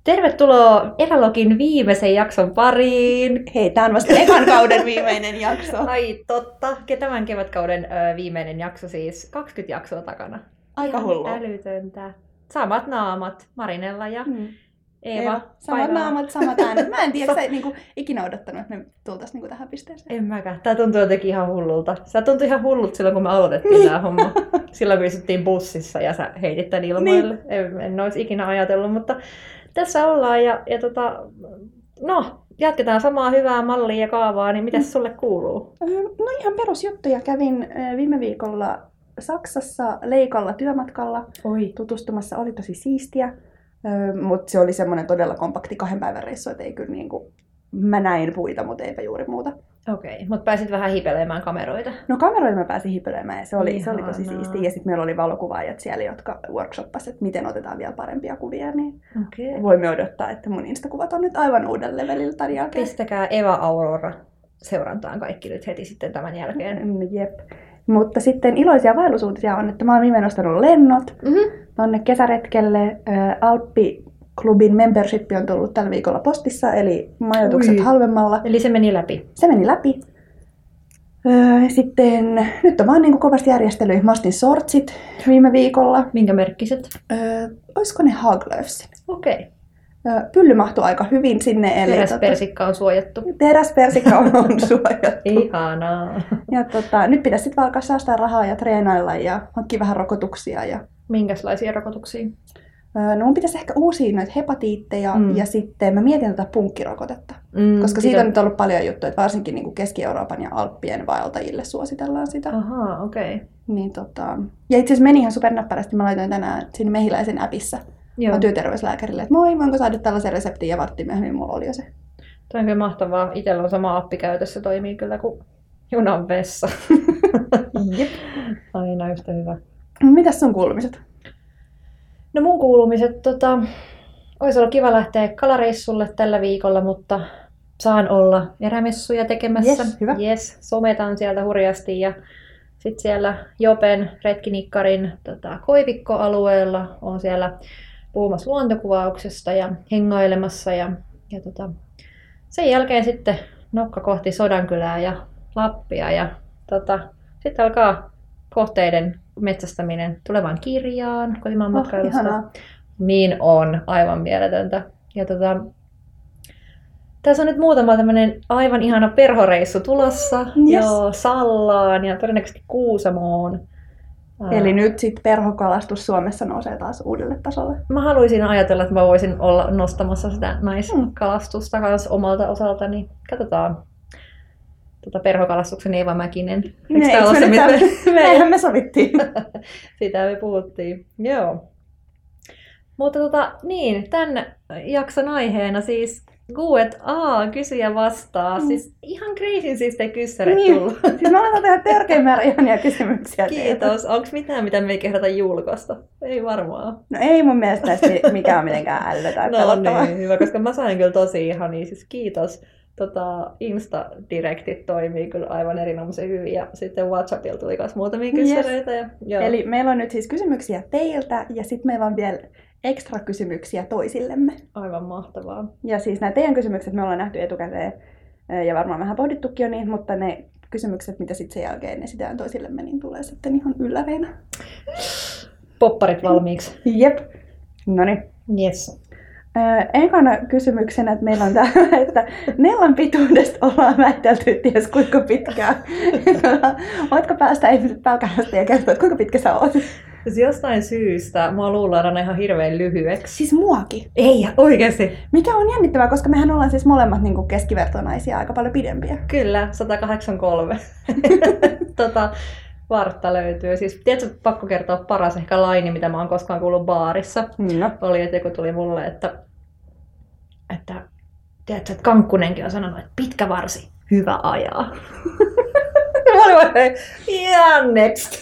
Tervetuloa Ekalogin viimeisen jakson pariin. Hei, tää on vasta ekan kauden viimeinen jakso. Ai totta, tämän kevätkauden viimeinen jakso siis, 20 jaksoa takana. Aika hullu. Älytöntä. Samat naamat, Marinella ja Eeva. Samat naamat, samat äänet. Mä en tiedä, sä niinku ikinä odottanut, että me tultais niinku tähän pisteeseen. En mäkään. Tää tuntuu jotenkin ihan hullulta. Sä tuntui ihan hullut silloin, kun me aloitettiin tää homma. Silloin kun istuttiin bussissa ja sä heitit tän ilmoille. En olisi ikinä ajatellut, mutta tässä ollaan ja jatketaan samaa hyvää mallia ja kaavaa, niin mitäs sulle kuuluu? No ihan perusjuttuja. Kävin viime viikolla Saksassa Leikalla työmatkalla tutustumassa. Oli tosi siistiä, mutta se oli semmoinen todella kompakti 2 päivän reissu, että ei kyllä niinku, mä näin puita, mutta eipä juuri muuta. Okei, mutta pääsit vähän hipelemään kameroita? No kameroita mä pääsin hipelemään ja se oli tosi siistiä. Ja sitten meillä oli valokuvaajat siellä, jotka workshoppasivat, että miten otetaan vielä parempia kuvia. Niin voimme odottaa, että mun instakuvat on nyt aivan uuden levelillä tämän jälkeen. Pistäkää Eva Aurora seurantaan kaikki nyt heti sitten tämän jälkeen. Jep. Mutta sitten iloisia vaellusuutisia on, että mä oon viimein ostanut lennot tonne kesäretkelle. Alppiklubin membership on tullut tällä viikolla postissa, eli majoitukset halvemmalla. Eli se meni läpi? Se meni läpi. Sitten nyt on vaan niin kuin kovasti järjestelyä. Mä ostin sortsit viime viikolla. Minkä merkkiset? Olisiko ne Haglöfsin? Okei. Pylly mahtui aika hyvin sinne. Eli teräspersikka on suojattu. Teräspersikka on suojattu. Ihanaa. Ja nyt pitäisi sitten alkaa säästää rahaa ja treenailla ja hankkia vähän rokotuksia. Minkälaisia rokotuksia? No mun pitäisi ehkä uusia noita hepatiitteja ja sitten mä mietin tätä punkkirokotetta. Koska siitä on nyt ollut paljon juttuja, että varsinkin niin kuin Keski-Euroopan ja Alppien vaeltajille suositellaan sitä. Ahaa, okei. Niin, ja itse asiassa meni ihan supernäppärästi. Mä laitoin tänään siinä Mehiläisen appissa työterveyslääkärille, että moi, voinko saada tällaisen reseptin ja vartti myöhemmin mulla oli jo se. Toi on kyllä mahtavaa. Itellä on sama appi käytössä, toimii kyllä kuin junan vessa. Jep. Aina yhtä hyvä. Mitäs sun kuulumiset? No mun kuulumiset, olisi ollut kiva lähteä kalareissulle tällä viikolla, mutta saan olla erämessuja tekemässä. Hyvä. Sometan sieltä hurjasti ja sitten siellä Jopen retkinikkarin Koivikko-alueella on siellä puhumassa luontokuvauksesta ja hengailemassa ja sen jälkeen sitten nokka kohti Sodankylää ja Lappia ja sitten alkaa kohteiden metsästäminen tulevaan kirjaan kotimaan matkailusta. Ihanaa. Niin on, aivan mieletöntä. Ja tässä on nyt muutama tämmönen aivan ihana perhoreissu tulossa. Joo, Sallaan ja todennäköisesti Kuusamoon. Eli nyt sitten perhokalastus Suomessa nousee taas uudelle tasolle. Mä haluaisin ajatella, että mä voisin olla nostamassa sitä naiskalastusta kanssa omalta osaltani. Katsotaan. Perhokalastuksen Eeva Mäkinen. Eihän me sovittiin. Sitä me puhuttiin. Joo. Mutta tämän jakson aiheena siis Q&A, kysyjä vastaa. Siis ihan crazy siistejä kyssäreitä tullut. Siis mä aletaan tehdä törkeän määrä ihania kysymyksiä. Kiitos. Onko mitään, mitä me ei kehdata julkaista? Ei varmaan. No ei mun mielestä näistä mikään mitenkään älyä tai pelottavaa. No niin, hyvä, koska mä sain kyllä tosi ihania. Siis kiitos. Insta-direktit toimii kyllä aivan erinomaisen hyvin ja sitten WhatsAppilla tuli myös muutamia kyssäreitä. Eli meillä on nyt siis kysymyksiä teiltä ja sitten meillä on vielä ekstra kysymyksiä toisillemme. Aivan mahtavaa. Ja siis nämä teidän kysymykset me ollaan nähty etukäteen ja varmaan vähän pohdittukin jo niin, mutta ne kysymykset, mitä sitten sen jälkeen esitään toisillemme, niin tulee sitten ihan ylläreinä. Popparit valmiiksi. Jep. Noniin. Yes. Ekana kysymyksenä, että meillä on tämä, että Nellan pituudesta ollaan väitelty ties kuinka pitkään. Ootko päästä ihmiset pälkähästä ja kertoa, että kuinka pitkä sä oot? Siis jostain syystä mua luullaan ihan hirveän lyhyeksi. Siis muakin. Ei, oikeesti. Mikä on jännittävää, koska mehän ollaan siis molemmat niin kuin keskivertonaisia aika paljon pidempiä. Kyllä, 183. Vartta löytyy. Siis, tiedätkö, pakko kertoa paras ehkä laini, mitä mä oon koskaan kuullut baarissa. Oli, että joku tuli mulle, että tiedätkö, että Kankkunenkin on sanonut, että pitkä varsi, hyvä ajaa. Mä olin vaan, yeah, next.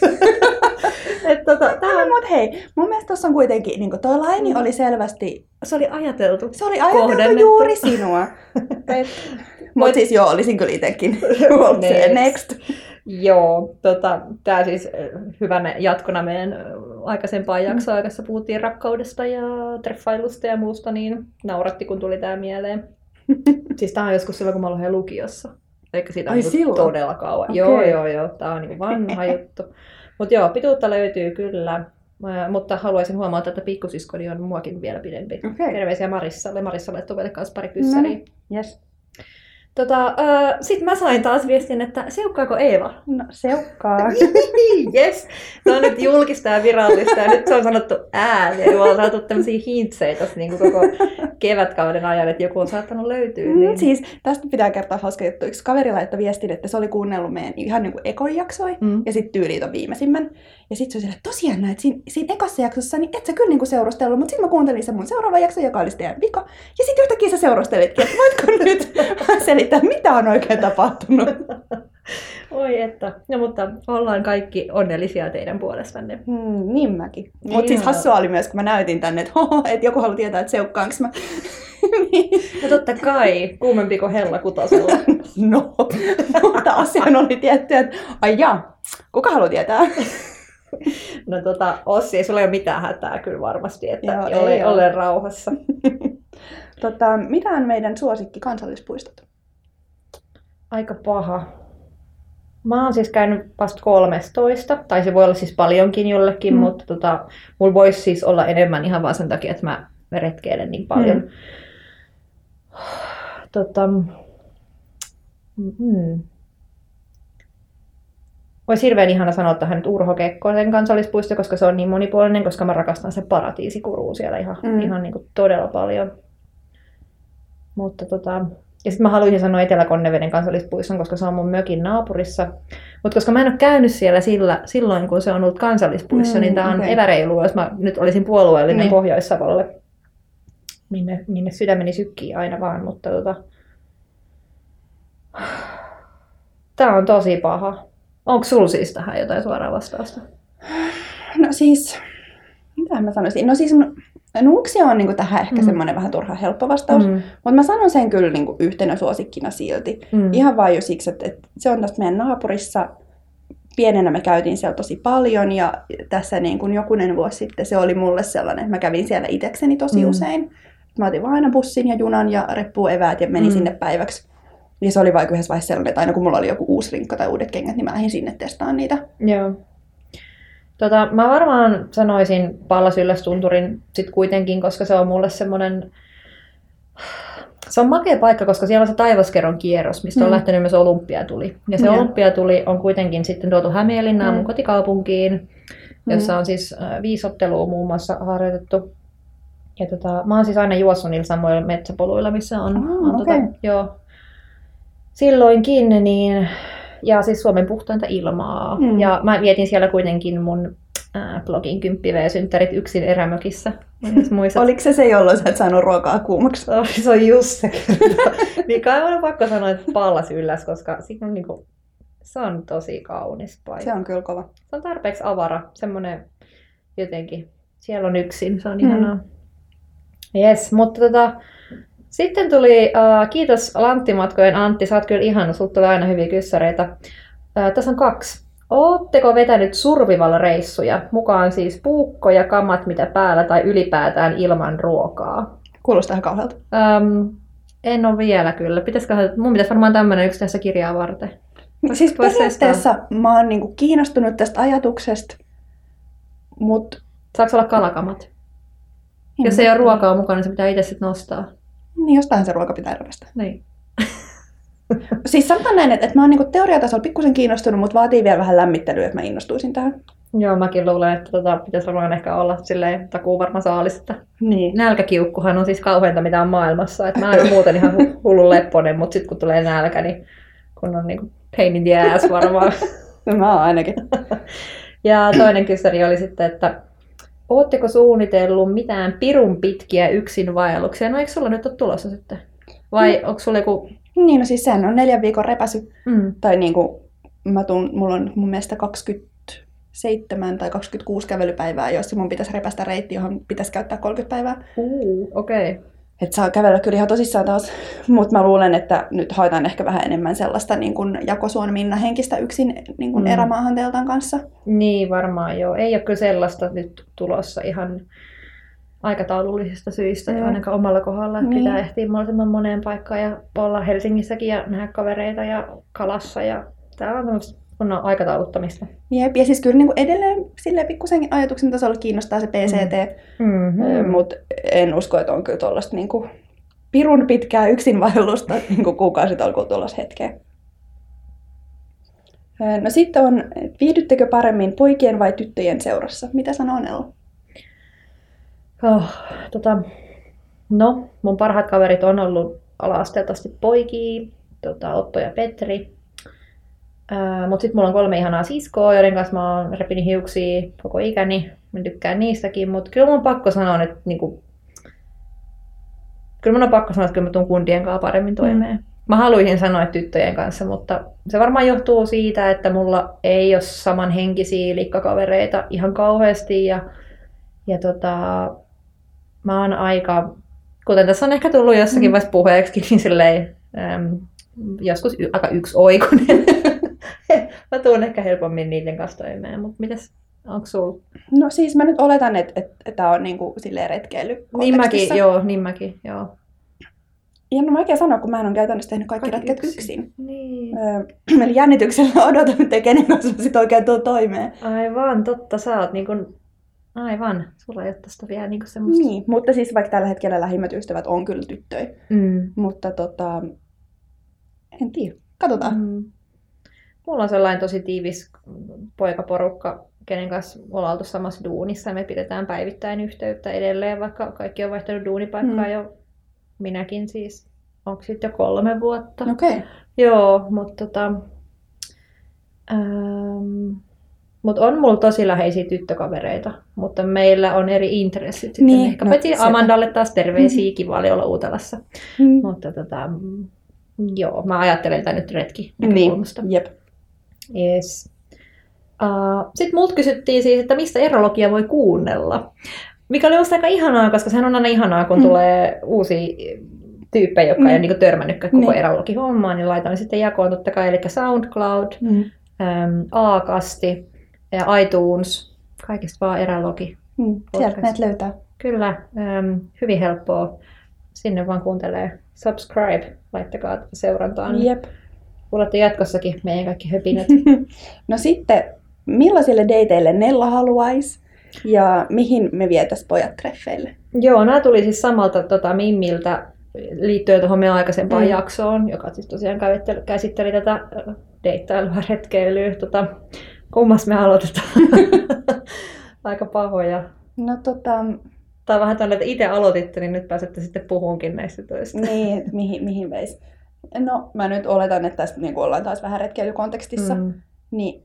Mutta hei, mun mielestä tuossa on kuitenkin, niin toi laini oli selvästi... Se oli ajateltu. Se oli ajateltu juuri sinua. Mutta siis joo, olisin kyllä itsekin next. Joo, tämä siis hyvänä jatkona meidän aikaisempaan jaksoon, jossa puhuttiin rakkaudesta ja treffailusta ja muusta, niin nauratti, kun tuli tämä mieleen. Siis tämä on joskus silloin, kun mä olin lukiossa. Eikä siitä on todella kauan. Okay. Joo, tämä on niin vanha juttu. Mutta joo, pituutta löytyy kyllä. Mutta haluaisin huomata, että pikkusiskoni on muakin vielä pidempi. Okay. Terveisiä Marissalle. Marissalle tuli kanssa pari kyssäriä. Yes. Sitten mä sain taas viestin, että seukkaako Eeva? No, seukkaa. Yes. Se on nyt julkista ja virallista ja nyt se on sanottu ääneen. Me ollaan saatu tämmöisiä hintsejä tuossa niin koko kevätkauden ajan, että joku on saattanut löytyä. Niin. Siis tästä pitää kertoa hauska juttu. Yksi kaveri laittoi viestin, että se oli kuunnellut meidän ihan niin kuin ekon jaksoi ja sitten tyyliin ton viimeisimmän. Ja sitten se oli että tosiaan että siinä ekassa jaksossa niin et sä kyllä niinku seurustellut, mutta sitten mä kuuntelin sen mun seuraavan jakson, joka oli teidän vika. Ja sitten yhtäkkiä sä seurustelitkin, että voitko nyt selittää, mitä on oikein tapahtunut? Oi että. No mutta ollaan kaikki onnellisia teidän puolestanne. Niin mäkin. Mutta siis hassua oli myös, kun mä näytin tänne, että joku haluaa tietää, että seukkaanko mä. No totta kai, kuumempi kuin hella kutasella. No, mutta asiaan oli tietty, että ai jaa, kuka haluaa tietää? No Ossi, ei sulla ole mitään hätää kyllä varmasti, että joo, ole rauhassa. Mitä on meidän suosikki kansallispuistot? Aika paha. Mä oon siis käynyt vasta 13, tai se voi olla siis paljonkin jollekin, mutta mulla voisi siis olla enemmän ihan vaan sen takia, että mä retkeilen niin paljon. Olisi hirveän ihana sanoa tähän nyt Urho Kekkosen kansallispuisto, koska se on niin monipuolinen, koska mä rakastan se paratiisikurua siellä ihan niin kuin todella paljon. Mutta ja sitten mä haluaisin sanoa Etelä-Konneveden kansallispuiston, koska se on mun mökin naapurissa. Mutta koska mä en ole käynyt siellä silloin, kun se on ollut kansallispuisto, niin tää on epäreilu, jos mä nyt olisin puolueellinen Pohjois-Savolle, minne sydämeni sykkii aina vaan. Mutta tää on tosi paha. Onko sulla siis tähän jotain suoraa vastausta? No siis, mitä mä sanoisin? No siis Nuuksio on niinku tähän ehkä semmoinen vähän turha helppo vastaus, mutta mä sanon sen kyllä niinku yhtenä suosikkina silti. Ihan vaan jo siksi, että se on tästä meidän naapurissa. Pienenä me käytiin siellä tosi paljon ja tässä niin kuin jokunen vuosi sitten se oli mulle sellainen, että mä kävin siellä itsekseni tosi usein. Mä otin vaan aina bussin ja junan ja reppuun eväät ja menin sinne päiväksi. Ja se oli vaikka yhdessä vaiheessa sellainen, että aina kun mulla oli joku uusi rinkka tai uudet kengät, niin mä lähdin sinne testaan niitä. Joo. Mä varmaan sanoisin Pallas-Yllästunturin sit kuitenkin, koska se on mulle semmoinen... Se on makea paikka, koska siellä on se Taivaskeron kierros, mistä on lähtenyt myös Olympiatuli. Ja se Olympiatuli on kuitenkin sitten tuotu Hämeenlinnaan mun kotikaupunkiin, jossa on siis 5 ottelua muun muassa harjoitettu. Ja mä oon siis aina juossut niillä samoilla metsäpoluilla, missä on silloinkin, niin, ja siis Suomen puhtainta ilmaa. Ja mä vietin siellä kuitenkin mun blogin 10V-synttärit yksin erämökissä. Oliko se, jolloin sä et saanut ruokaa kuumaksi? Se on just se kyllä. Niin kai on pakko sanoa, että Pallas-Ylläs, koska on niinku, se on tosi kaunis paikka. Se on kyllä kova. Se on tarpeeksi avara, semmoinen jotenkin, siellä on yksin, se on ihanaa. Yes, mutta sitten tuli, kiitos Lanttimatkojen Antti, sä oot kyllä ihana, sulta tulee aina hyviä kyssäreitä. Tässä on 2. Ootteko vetänyt survival-reissuja? Mukaan siis puukkoja, kamat mitä päällä tai ylipäätään ilman ruokaa? Kuulostaa ihan kauhealta. En ole vielä kyllä. Mun pitäisi varmaan tämmöinen yksi tässä kirjaa varten. No siis periaatteessa mä oon niinku kiinnostunut tästä ajatuksesta, mutta... Saako olla kalakamat? Jos ei ole ruokaa mukana, niin se pitää itse sitten nostaa. Niin, jostain se ruoka pitää repästä. Niin. Siis sanotaan näin, että mä oon niinku teoriatasolla pikkusen kiinnostunut, mutta vaatii vielä vähän lämmittelyä, että mä innostuisin tähän. Joo, mäkin luulen, että pitäisi varmaan ehkä olla silleen takuuvarma saalis, että niin. Nälkäkiukkuhan on siis kauheinta mitä on maailmassa. Että mä oon muuten ihan hullun lepponen, mutta sitten kun tulee nälkä, niin kun on niinku pain in the ass varmaan. No mä oon ainakin. Ja toinen kyssäri oli sitten, että ootteko suunnitellut mitään pirun pitkiä yksinvaelluksia? No eikö sulla nyt ole tulossa sitten? Vai onko sulla joku... Niin, no siis sehän on 4 viikon repäsy. Tai niinku, mulla on mun mielestä 27 tai 26 kävelypäivää, joissa mun pitäisi repästä reitti, johon pitäisi käyttää 30 päivää. Okei. Että saa kävellä kyllä ihan tosissaan taas, mutta mä luulen, että nyt haetaan ehkä vähän enemmän sellaista niin kuin Jakosuon Minna henkistä yksin niin kuin erämaahan teltan kanssa. Niin varmaan joo. Ei ole kyllä sellaista nyt tulossa ihan aikataulullisista syistä, ainakaan omalla kohdalla, että pitää ehtiä mahdollisimman moneen paikkaan ja olla Helsingissäkin ja nähdä kavereita ja kalassa. Ja tää on kunnon aikatauluttamista. Jep, ja siis kyllä niin kuin edelleen silleen pikkusen ajatuksen tasolla kiinnostaa se PCT, mutta en usko, että on kyllä tuollaista niin kuin pirun pitkää yksinvaellusta niin kuin kuukausitolkulla tuollaista hetkeä. No sitten on, viihdyttekö paremmin poikien vai tyttöjen seurassa? Mitä sanoo Nella? No, mun parhaat kaverit on ollut ala-asteelta asti poikia, Otto ja Petri. Mutta sitten mulla on 3 ihanaa siskoa, joiden kanssa mä oon repinyt hiuksia koko ikäni. Mä tykkään niistäkin, mutta kyllä mun on pakko sanoa, että kyllä mä tuun kundien kanssa paremmin toimeen. Mä haluaisin sanoa tyttöjen kanssa, mutta se varmaan johtuu siitä, että mulla ei ole samanhenkisiä likkakavereita ihan kauheasti. Ja mä oon aika, kuten tässä on ehkä tullut jossakin vaiheessa puheeksikin, niin silleen, joskus aika yksioikoinen. Mä tuun ehkä helpommin niiden kanssa toimeen, mutta mitäs, onko sulla? No siis mä nyt oletan, että tää on niinku silleen retkeilykontekstissa. Niin mäkin, joo. Ja no vaikea sanoa, kun mä en ole käytännössä tehnyt kaikki retket yksin. Niin. Eli jännityksellä odotan, että kenen kanssa mä sit oikein tuun toimeen. Aivan, totta, sä oot niinku, aivan, sulla ei ole tästä vielä niinku semmoista. Niin, mutta siis vaikka tällä hetkellä lähimmät ystävät on kyllä tyttöjä. Mutta en tiedä, katsotaan. Mulla on sellainen tosi tiivis poikaporukka, kenen kanssa ollaan oltu samassa duunissa ja me pidetään päivittäin yhteyttä edelleen, vaikka kaikki on vaihtanut duunipaikkaa jo, minäkin siis, onko sitten jo 3 vuotta. Okei. Joo, mutta mut on mulla tosi läheisiä tyttökavereita, mutta meillä on eri intressit. Niin, ehkä paitsi Amandalle taas terveisiä, kiva oli olla Uutelassa. Mutta joo, mä ajattelen tätä nyt retki näkökulmasta. Niin, jep. Yes. Sitten multa kysyttiin siis, että mistä erologia voi kuunnella. Mikä oli musta aika ihanaa, koska sehän on aina ihanaa, kun tulee uusia tyyppejä, jotka ei ole niinku törmännytkään koko erologi-hommaan, niin laitan sitten jakoon totta kai, eli SoundCloud, Aakasti ja iTunes, kaikista vaan erologi. Sieltä näitä löytää. Kyllä, hyvin helppoa. Sinne vaan kuuntelee. Subscribe, laittakaa seurantaan. Jep. Kuulette jatkossakin meidän kaikki höpinät. No sitten, millaisille dateille Nella haluaisi ja mihin me vietäisiin pojat treffeille? Joo, nämä tuli siis samalta Mimmiltä liittyen tuohon meidän aikaisempaan jaksoon, joka siis tosiaan käsitteli tätä deittailua, retkeilyä. Kummassa me aloitetaan? Aika pahoja. No tai vähän tällä, että itse aloititte, niin nyt pääsette sitten puhuunkin näistä töistä. Niin, että mihin veisi? No, mä nyt oletan, että tästä niin ollaan taas vähän retkeilykontekstissa. Niin,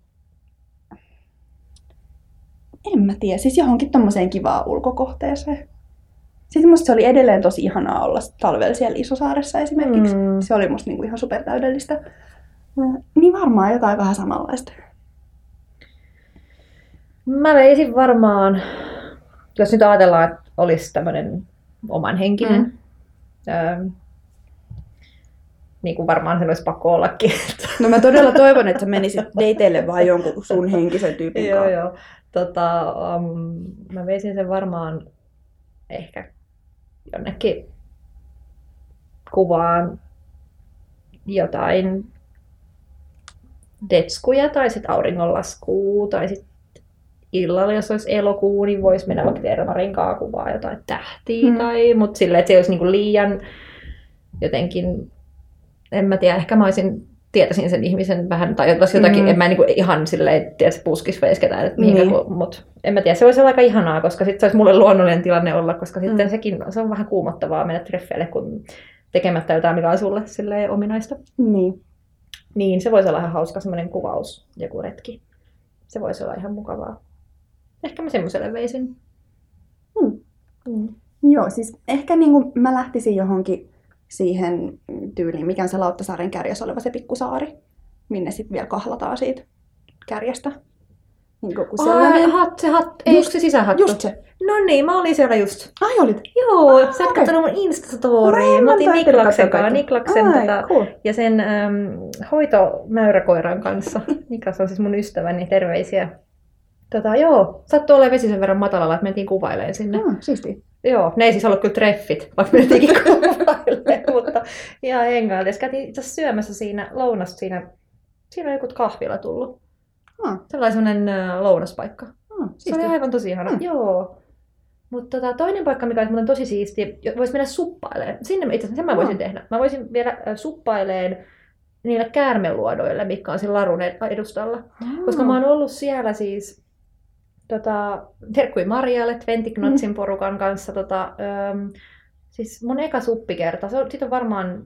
en mä tiedä, siis johonkin tommoseen kivaan ulkokohteeseen. Siis musta se oli edelleen tosi ihanaa olla talvella siellä Isosaaressa esimerkiksi. Se oli musta niinku ihan supertäydellistä. Niin varmaan jotain vähän samanlaista. Mä veisin varmaan, jos nyt ajatellaan, että olisi tämmöinen omanhenkinen, niin kuin varmaan se olisi pakko ollakin. No mä todella toivon, että sä menisit dateille vaan jonkun sun henkisen tyypin kanssa. Joo. Mä veisin sen varmaan ehkä jonnekin kuvaan jotain detskuja tai sitten auringonlaskua tai sitten illalla, jos olisi elokuu, niin voisi mennä vaikka termarin kanssa kuvaa jotain tähtiä mutta silleen, että se olisi niinku liian jotenkin, en mä tiedä, ehkä mä tietäisin sen ihmisen vähän, tai jotakin, en mä niinku ihan silleen, tiedä, se puskis veisketään, mutta en mä tiedä, se olisi olla aika ihanaa, koska sitten se olisi mulle luonnollinen tilanne olla, koska sitten se on vähän kuumottavaa mennä treffeille, kun tekemättä jotain, mikä on sulle silleen ominaista. Niin, se voisi olla ihan hauska semmoinen kuvaus, joku retki. Se voisi olla ihan mukavaa. Ehkä mä semmoiselle veisin. Joo, siis ehkä niinku mä lähtisin johonkin siihen tyyliin, mikä on se Lauttasaaren kärjessä oleva se pikkusaari, minne sitten vielä kahlataan siitä kärjestä. Niin kuin sellainen. Ei, se sisähattu? Just se. No niin, mä olin siellä just. Ai olit? Joo, sä et katsonut mun Instastoriin. Mä otin Niklaksen cool. ja sen hoitomäyräkoiran kanssa. Niklas on siis mun ystäväni, terveisiä. Joo, sattui olemaan vesi sen verran matalalla, että mentiin kuvailemaan sinne. Siistiä. Joo, ne ei siis ollut kyllä treffit, vaikka menetiinkin kuvailemaan, mutta ihan hengailtiin. Käytiin itse asiassa syömässä siinä lounasta, siinä on joku kahvila tullut. Sellainen lounaspaikka. Se oli aivan tosi ihana. Joo. Mutta toinen paikka, mikä olisi tosi siisti, voisi mennä suppailemaan. Sinne itse asiassa sen mä voisin tehdä. Mä voisin vielä suppaileen niille käärmeluodoille, mitkä on siinä larun edustalla. Koska mä oon ollut siellä siis terkkui Marjalle, Tventiknotsin porukan kanssa. Siis mun eka suppikerta. Siitä on varmaan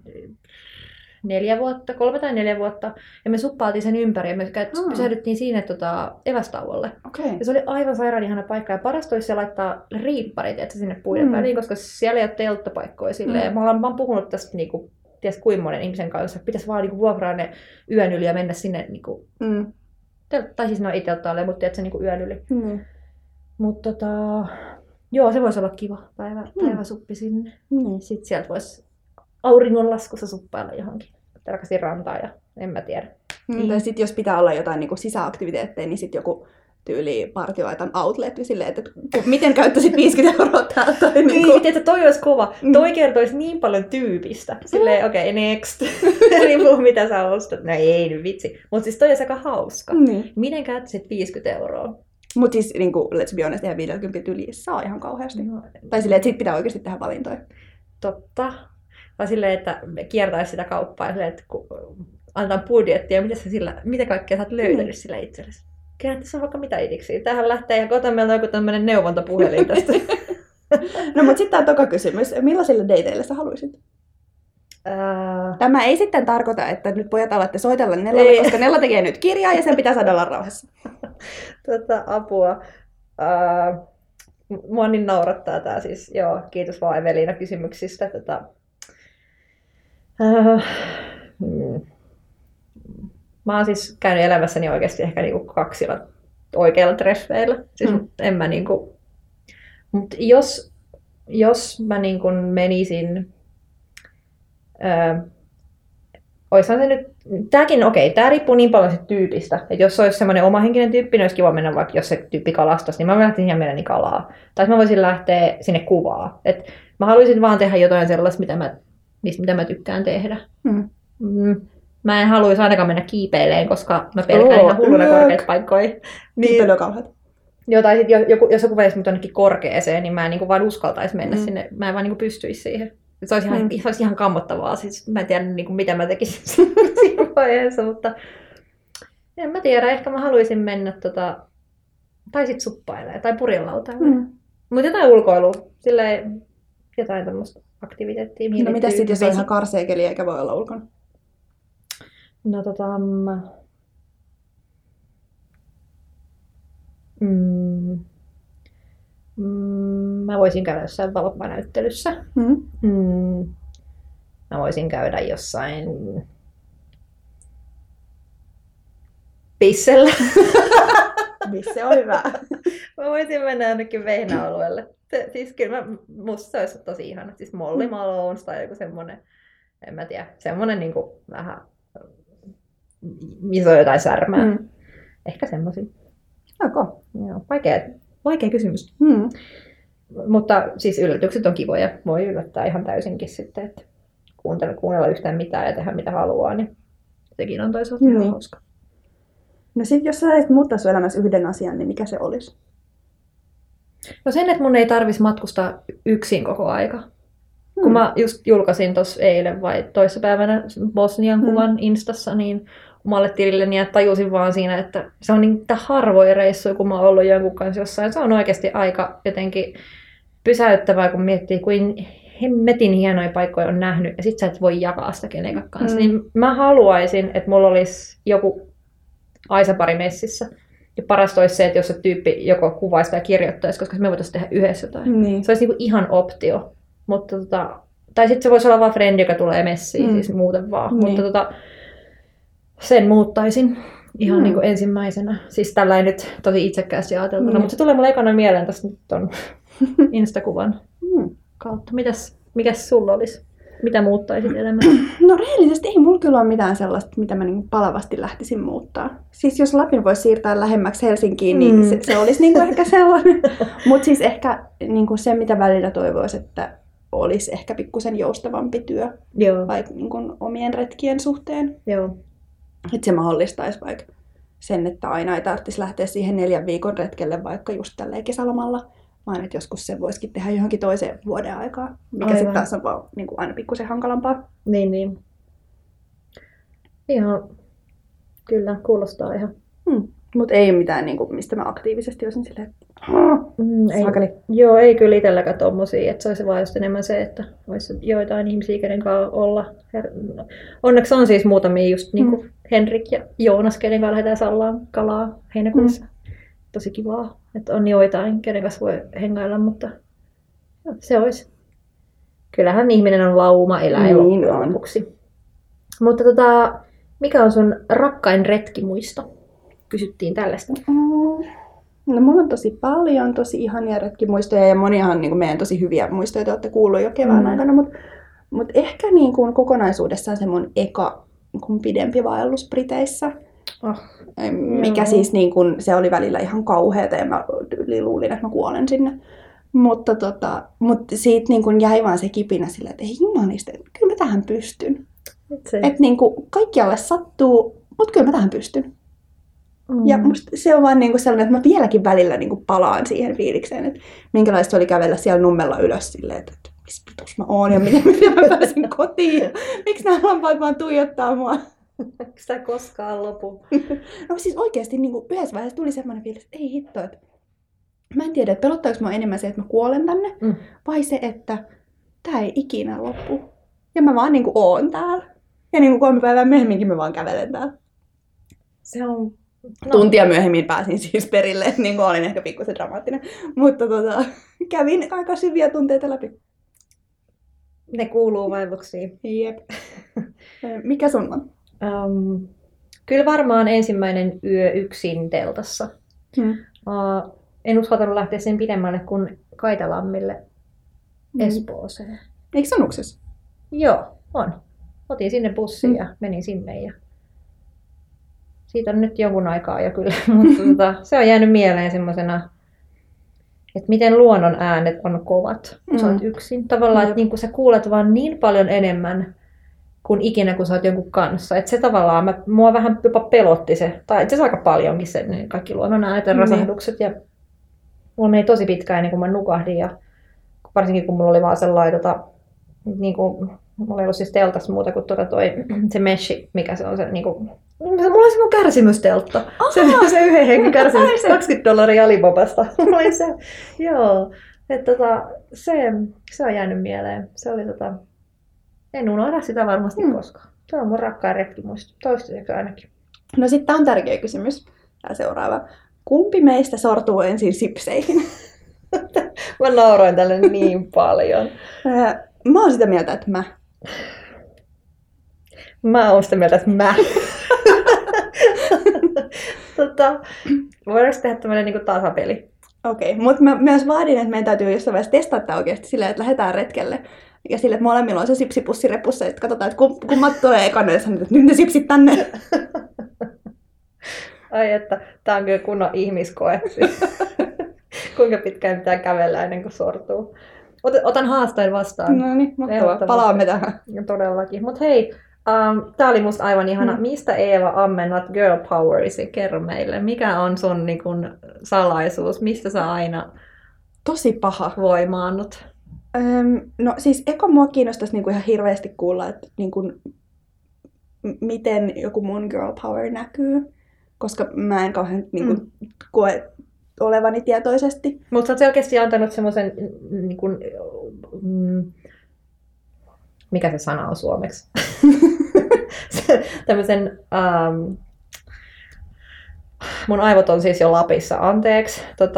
3 tai 4 vuotta. Ja me suppailtiin sen ympäri ja me pysähdyttiin siinä evästauolle. Okay. Ja se oli aivan sairaan ihana paikka. Ja parasta olisi se laittaa riipparit sinne puiden väliin, koska siellä ei ole telttapaikkoja silleen. Mä oon puhunut tästä niinku, ties kuinka monen ihmisen kanssa, että pitäisi vaan niinku vuokraa ne yön yli ja mennä sinne niinku, tai siis ei telttaalle, mutta tiedätkö, niinku yön yli. Mutta joo, se voisi olla kiva päiväsuppi sinne. Sitten sieltä voisi auringonlaskussa suppailla johonkin. Tarkasti rantaa ja en mä tiedä. Tai sitten jos pitää olla jotain niinku sisäaktiviteetteja, niin sitten joku tyyli partiolaitan outlet silleen, että miten käyttäisit 50 € täältä? Niin, että toi olisi kova. Toi kertoisi niin paljon tyypistä. Silleen, okei, next. Riippuu mitä sä ostat. No ei nyt vitsi. Mutta siis toi olisi aika hauska. Miten käyttäisit 50 €? Mutta siis niinku, let's be honest, eihän 50 yli saa ihan kauheasti. Tai silleen, että sit pitää oikeasti tehdä valintoja. Totta. Tai silleen, että kiertäisi sitä kauppaa ja silleen, että kun antaa budjettia, mitä kaikkea sä oot löytänyt sillä itsellesi. Kyllä tässä on vaikka mitä idiksiä. Tähän lähtee ja kota meiltä joku tämmönen neuvontapuhelin tästä. No mut sitten tää toka kysymys. Millaisille dateille sä haluaisit? Tämä ei sitten tarkoita, että nyt pojat alatte soitella Nellalle, koska Nella tekee nyt kirjaa ja sen pitää saada olla rauhassa. Apua. Mua niin naurattaa tää siis. Joo, kiitos vaan Eveliina kysymyksistä. Mä oon siis käynyt elämässäni oikeasti ehkä niinku 2 oikeilla treffeillä. Siis en mä niinku... Mut jos mä niinku menisin... Oishan se nyt... Tää riippuu niin paljon sit tyypistä. Että jos olisi semmoinen omahenkinen tyyppi, niin olisi kiva mennä vaikka, jos se tyyppi kalastaisi, niin mä lähtisin ihan mielelläni kalaa. Tai mä voisin lähteä sinne kuvaa. Et mä haluaisin vaan tehdä jotain sellaista, mitä mä tykkään tehdä. Mä en haluaisi ainakaan mennä kiipeilemään, koska mä pelkään ihan hulluna korkeita paikkoja. Kiipeily on kauheat. Joo, tai sit jos joku veisi mut jonnekin korkeeseen, niin mä en niinku vaan uskaltaisi mennä sinne. Mä en vaan niinku pystyisi siihen. Se olisi ihan kammottavaa. Siis mä en tiedä, niinku, mitä mä tekisin siinä vaiheessa, mutta en mä tiedä. Ehkä mä haluaisin mennä tai sit suppailemaan tai purjelautailemaan. Mutta jotain ulkoilua. Silleen jotain tämmöistä aktiviteettia. No mitä sitten, jos on ihan karsea keli eikä voi olla ulkona? No mä voisin käydä jossain valokuvanäyttelyssä. Mä voisin käydä jossain pissellä. Missä on hyvä. Mä voisin mennä jonnekin vehnäalueelle. Siis kyllä musta se olisi tosi ihana. Siis Molly Malones tai joku semmonen, en mä tiedä, semmonen niinku vähän missä on jotain särmää. Ehkä semmosia. Okay. Joo, vaikea kysymys. Mutta siis yllätykset on kivoja. Voi yllättää ihan täysinkin sitten, että kuunnella yhtään mitään ja tehdä mitä haluaa, niin sekin on toisaalta ihan hauska. No sit jos sä saisit muuttaa sun elämässä yhden asian, niin mikä se olisi? No sen, että mun ei tarvitsisi matkustaa yksin koko aika. Kun mä just julkaisin tuossa eilen vai toissapäivänä Bosnian kuvan Instassa, niin omalle tililleni ja tajusin vaan siinä, että se on niin harvoin reissuja, kun mä oon ollut jonkun kanssa jossain. Se on oikeasti aika jotenkin pysäyttävää, kun miettii, kuin hemmetin hienoja paikkoja on nähnyt ja sit sä et voi jakaa sitä kenenkään kanssa. Niin mä haluaisin, että mulla olisi joku aisapari messissä. Ja parasta olisi se, että jos se tyyppi joko kuvaisi tai kirjoittaisi, koska me voitaisiin tehdä yhdessä jotain. Se olisi niinku ihan optio. Mutta tai sitten se voisi olla vaan frendi, joka tulee messiin, siis muuten vaan. Mutta sen muuttaisin. ihan niin kuin ensimmäisenä. Siis tällainen nyt tosi itsekkäästi ajateltuna, mutta se tulee mulle ekana mieleen tässä nyt ton Instakuvan kautta. Mikäs sulla olisi? Mitä muuttaisit elämään? No rehellisesti ei mulla kyllä ole mitään sellaista, mitä mä niin palavasti lähtisin muuttaa. Siis jos Lapin voisi siirtää lähemmäksi Helsinkiin, niin se olisi niin ehkä sellainen. Mutta siis ehkä niin se, mitä välillä toivoisi, että olisi ehkä pikkusen joustavampi työ. Joo. Vaikka niin omien retkien suhteen. Joo. Että se mahdollistaisi vaikka sen, että aina ei tarvitsisi lähteä siihen 4 viikon retkelle vaikka just tälleen kesälomalla. Vaan että joskus se voisikin tehdä johonkin toiseen vuoden aikaa, mikä sitten taas on vaan niin kuin aina pikkusen hankalampaa. Niin. Ihan, kyllä, kuulostaa ihan. Mutta ei mitään, niin kuin, mistä mä aktiivisesti olisin silleen, että Joo, ei kyllä itselläkään tommosia, että se olisi vaan just enemmän se, että olisi joitain ihmisiä, kenen kanssa olla. Onneksi on siis muutamia just niin kuin Henrik ja Joonas, kenen kanssa lähdetään Sallaan kalaa heinäkuussa. Tosi kivaa, että on joitain, kenen kanssa voi hengailla, mutta se olisi. Kyllähän ihminen on lauma-eläin lopuksi. Mutta mikä on sun rakkain retkimuisto? Kysyttiin tällaista. No mulla on tosi paljon tosi ihania retkimuistoja ja moniahan niin kuin meidän tosi hyviä muistoja, te olette kuullut jo kevään aikana, mutta ehkä niin kuin kokonaisuudessaan se mun eka niin pidempi vaellus Briteissä. Mikä siis niin kun, se oli välillä ihan kauheata ja mä luulin, että mä kuolen sinne. Mutta siitä niin kun jäi vaan se kipinä silleen, että ei jumalista, kyllä mä tähän pystyn. Että niin kun, kaikkialle sattuu, mutta kyllä mä tähän pystyn. Ja musta se on vaan niin kun sellainen, että mä vieläkin välillä niin kun palaan siihen fiilikseen, että minkälaista se oli kävellä siellä Nummella ylös silleen, että missä pitus mä oon ja miten mä pääsin kotiin. Miksi nämä lampaat vaan tuijottaa mua? Eikö sitä koskaan lopu? No siis oikeasti niin kuin yhdessä vaiheessa tuli semmoinen fiilis, että ei hitto, että mä en tiedä, että pelottaako mua enemmän se, että mä kuolen tänne, vai se, että tää ei ikinä loppu. Ja mä vaan niin kuin oon täällä. Ja niin kuin 3 päivää myöhemminkin mä vaan kävelen täällä. Se on... Tuntia myöhemmin pääsin siis perille, että niin kuin olin ehkä pikkusen dramaattinen. Mutta kävin aika syviä tunteita läpi. Ne kuuluu vaivuksiin. Jep. Mikä sun on? Kyllä varmaan ensimmäinen yö yksin teltassa. En uskaltanut lähteä sen pidemmälle kuin Kaitalammille Espooseen. Eikö se on Uksessa? Joo, on. Otin sinne bussin ja menin sinne. Ja... Siitä on nyt jonkun aikaa jo kyllä, mutta se on jäänyt mieleen semmoisena, että miten luonnon äänet on kovat, kun sä oot yksin. Tavallaan, että niin sä kuulet vaan niin paljon enemmän kuin ikinä, kun sä oot jonkun kanssa. Että se tavallaan, mua vähän jopa pelotti se, tai itse asiassa aika paljonkin se, niin kaikki luonnon äänet ja rasahdukset. Ja mulla meni tosi pitkään ennen kuin mä nukahdin. Ja varsinkin kun mulla oli vaan sellainen, niin kuin, mulla ei ollut siis teltassa muuta kuin se meshi, mikä se on se niin kuin, mulla oli se mun kärsimysteltta. Se yhden hengen kärsimys, $20 Alibabasta. Joo, että se on jäänyt mieleen. Se oli en unohda sitä varmasti koskaan. Se on mun rakkaan retkimuisto, toistaiseksi ainakin. No sitten on tärkeä kysymys. Tämä seuraava. Kumpi meistä sortuu ensin sipseihin? Mä nauroin tälle niin paljon. Mä oon sitä mieltä, että mä. Mä oon sitä mieltä, että mä. Voidaanko tehdä tämmöinen niin tasapeli? Okei, mutta mä myös vaadin, että meidän täytyy jossain vaiheessa testata tämä oikeasti silleen, että lähdetään retkelle. Ja sille, että molemmilla on se sipsipussi repussa, että katsotaan, että kummat tulee ekana, ja sanotaan, että nyt ne sipsit tänne. Ai että, tää on kyllä kunnon ihmiskoe. Kuinka pitkään pitää kävellä ennen kuin sortuu. Otan haasteen vastaan. No niin, mahtavaa. Palaamme tähän. Todellakin. Mutta hei, tää oli musta aivan ihana. Mistä Eeva ammennat girl powerisi? Kerro meille. Mikä on sun niin kun, salaisuus? Mistä sä aina tosi paha voimaannut? No siis eka mua kiinnostaisi niin kuin ihan hirveästi kuulla, että niin kuin, miten joku mun girl power näkyy. Koska mä en kauhean niin kuin, koe olevani tietoisesti. Mutta sä oot selkeästi antanut semmoisen, niin kuin, mikä se sana on suomeksi? Tämmöisen, mun aivot on siis jo Lapissa, anteeksi.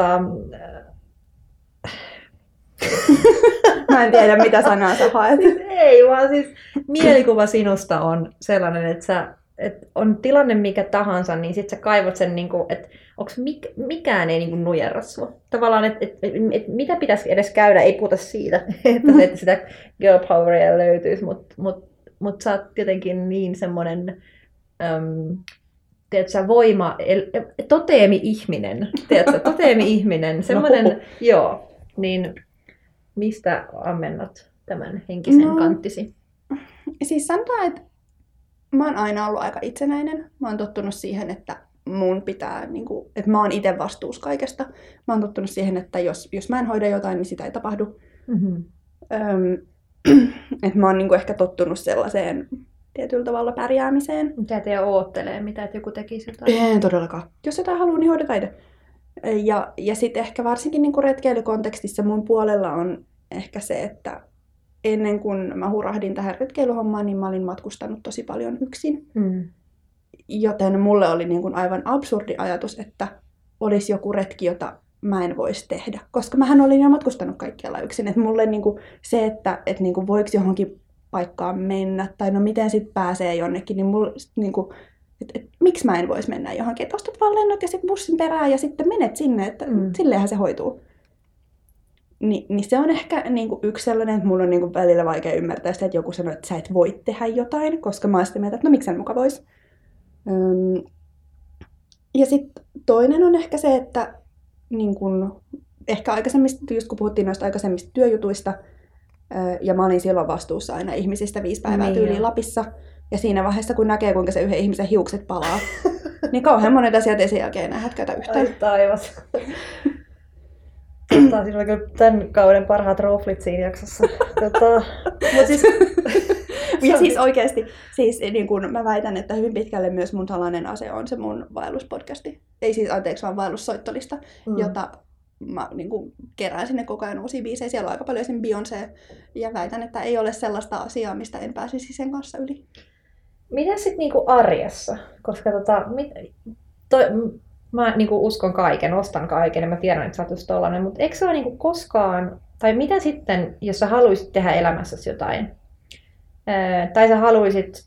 Mä en tiedä, mitä sanaa sä haet. Ei, vaan siis mielikuva sinusta on sellainen, että sä on tilanne mikä tahansa, niin sit sä kaivot sen, niinku, että onko mikään ei niinku nujerra sua. Tavallaan, että mitä pitäisi edes käydä, ei puhuta siitä, että sitä girl poweria löytyisi, mutta sä oot jotenkin niin semmoinen tiedätkö, voima, toteemi-ihminen, tiedätkö, toteemi-ihminen, semmoinen, joo, niin mistä ammennat tämän henkisen kanttisi? Siis sanotaan, että mä oon aina ollut aika itsenäinen. Mä oon tottunut siihen, että mun pitää, että mä oon itse vastuus kaikesta. Mä oon tottunut siihen, että jos mä en hoida jotain, niin sitä ei tapahdu. Mm-hmm. Että mä oon ehkä tottunut sellaiseen tietyllä tavalla pärjäämiseen. Mitä te oottelee, mitä että joku tekisi jotain? Ei todellakaan. Jos jotain haluaa, niin hoidetaan itse. Ja sitten ehkä varsinkin retkeilykontekstissa mun puolella on ehkä se, että ennen kuin mä hurahdin tähän retkeilyhommaan, niin mä olin matkustanut tosi paljon yksin. Mm. Joten mulle oli aivan absurdi ajatus, että olisi joku retki, jota mä en voisi tehdä. Koska mähän olin jo matkustanut kaikkialla yksin. Et mulle se, että voiko johonkin paikkaan mennä, tai no miten sit pääsee jonnekin, niin mulle miksi mä en voisi mennä johonkin. Että ostat vaan lennot ja sitten bussin perään ja sitten menet sinne, että silleenhän se hoituu. Niin se on ehkä yksi sellainen, että mulla on välillä vaikea ymmärtää sitä, että joku sanoo, että sä et voi tehdä jotain, koska mä oon sitä mieltä, että no miksi en muka vois. Ja sitten toinen on ehkä se, että ehkä aikaisemmista, just kun puhuttiin noista aikaisemmista työjutuista, ja mä olin silloin vastuussa aina ihmisistä 5 päivää tyyliin Lapissa, ja siinä vaiheessa, kun näkee, kuinka se yhden ihmisen hiukset palaa, niin kauhean monet asiat ei sen jälkeen enää hätkäytä yhtään. Ai taivas. Siinä oli kyllä tämän kauden parhaat rooflit siinä jaksossa. Mut siis, ja siis oikeasti, siis mä väitän, että hyvin pitkälle myös mun salainen ase on se mun vaelluspodcasti. Ei siis, anteeksi, vaan vaellussoittolista, jota mä kerään sinne koko ajan uusia biisejä. Siellä on aika paljon esim. Beyoncé. Ja väitän, että ei ole sellaista asiaa, mistä en pääsisi sen kanssa yli. Miten sitten arjessa? Koska mä uskon kaiken, ostan kaiken ja mä tiedän, että sä oot just tollanen, mutta eikö se ole koskaan, tai mitä sitten, jos sä haluaisit tehdä elämässäsi jotain, tai sä haluaisit,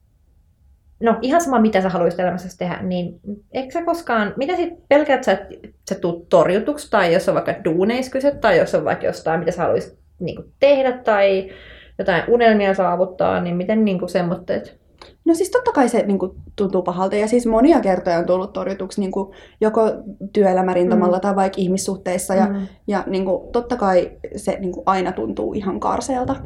no ihan sama mitä sä haluaisit elämässäsi tehdä, niin eikö sä koskaan, mitä sitten pelkäät sä, että sä tuut torjutuksi, tai jos on vaikka duuneissa kyse, tai jos on vaikka jostain, mitä sä haluaisit tehdä, tai jotain unelmia saavuttaa, niin miten semmoitteet? No siis totta kai se tuntuu pahalta, ja siis monia kertoja on tullut torjutuksi joko työelämärintamalla tai vaikka ihmissuhteissa, ja totta kai se aina tuntuu ihan karseelta.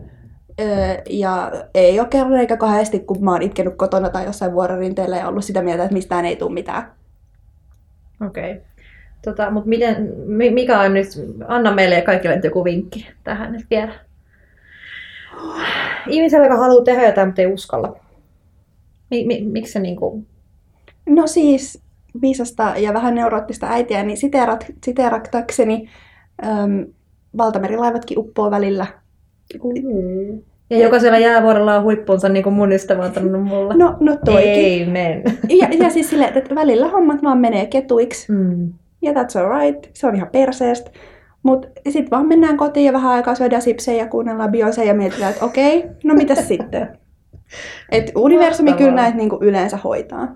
Ja ei ole kerran eikä kahdesti, kun mä oon itkenyt kotona tai jossain vuororinteellä ja ollut sitä mieltä, että mistään ei tule mitään. Okei. Mutta mikä on nyt, anna meille ja kaikille nyt joku vinkki tähän nyt vielä. Ihmisellä, joka haluaa tehdä jotain, mutta ei uskalla. Miksi se No siis viisasta ja vähän neuroottista äitiä, niin siteeratakseni valtamerilaivatkin uppoo välillä. Ja jokaisella jäävuorella on huippunsa, niin kuin mun ystävä on sanonut mulle. No toikin. Amen. Ja siis silleen, että välillä hommat vaan menee ketuiksi. Ja that's alright. Se on ihan perseestä. Mut sit vaan mennään kotiin ja vähän aikaa syödään sipsejä ja kuunnellaan Beyoncé ja mietitään, että okei, no mitäs sitten? Et universumi kyllä näitä yleensä hoitaa.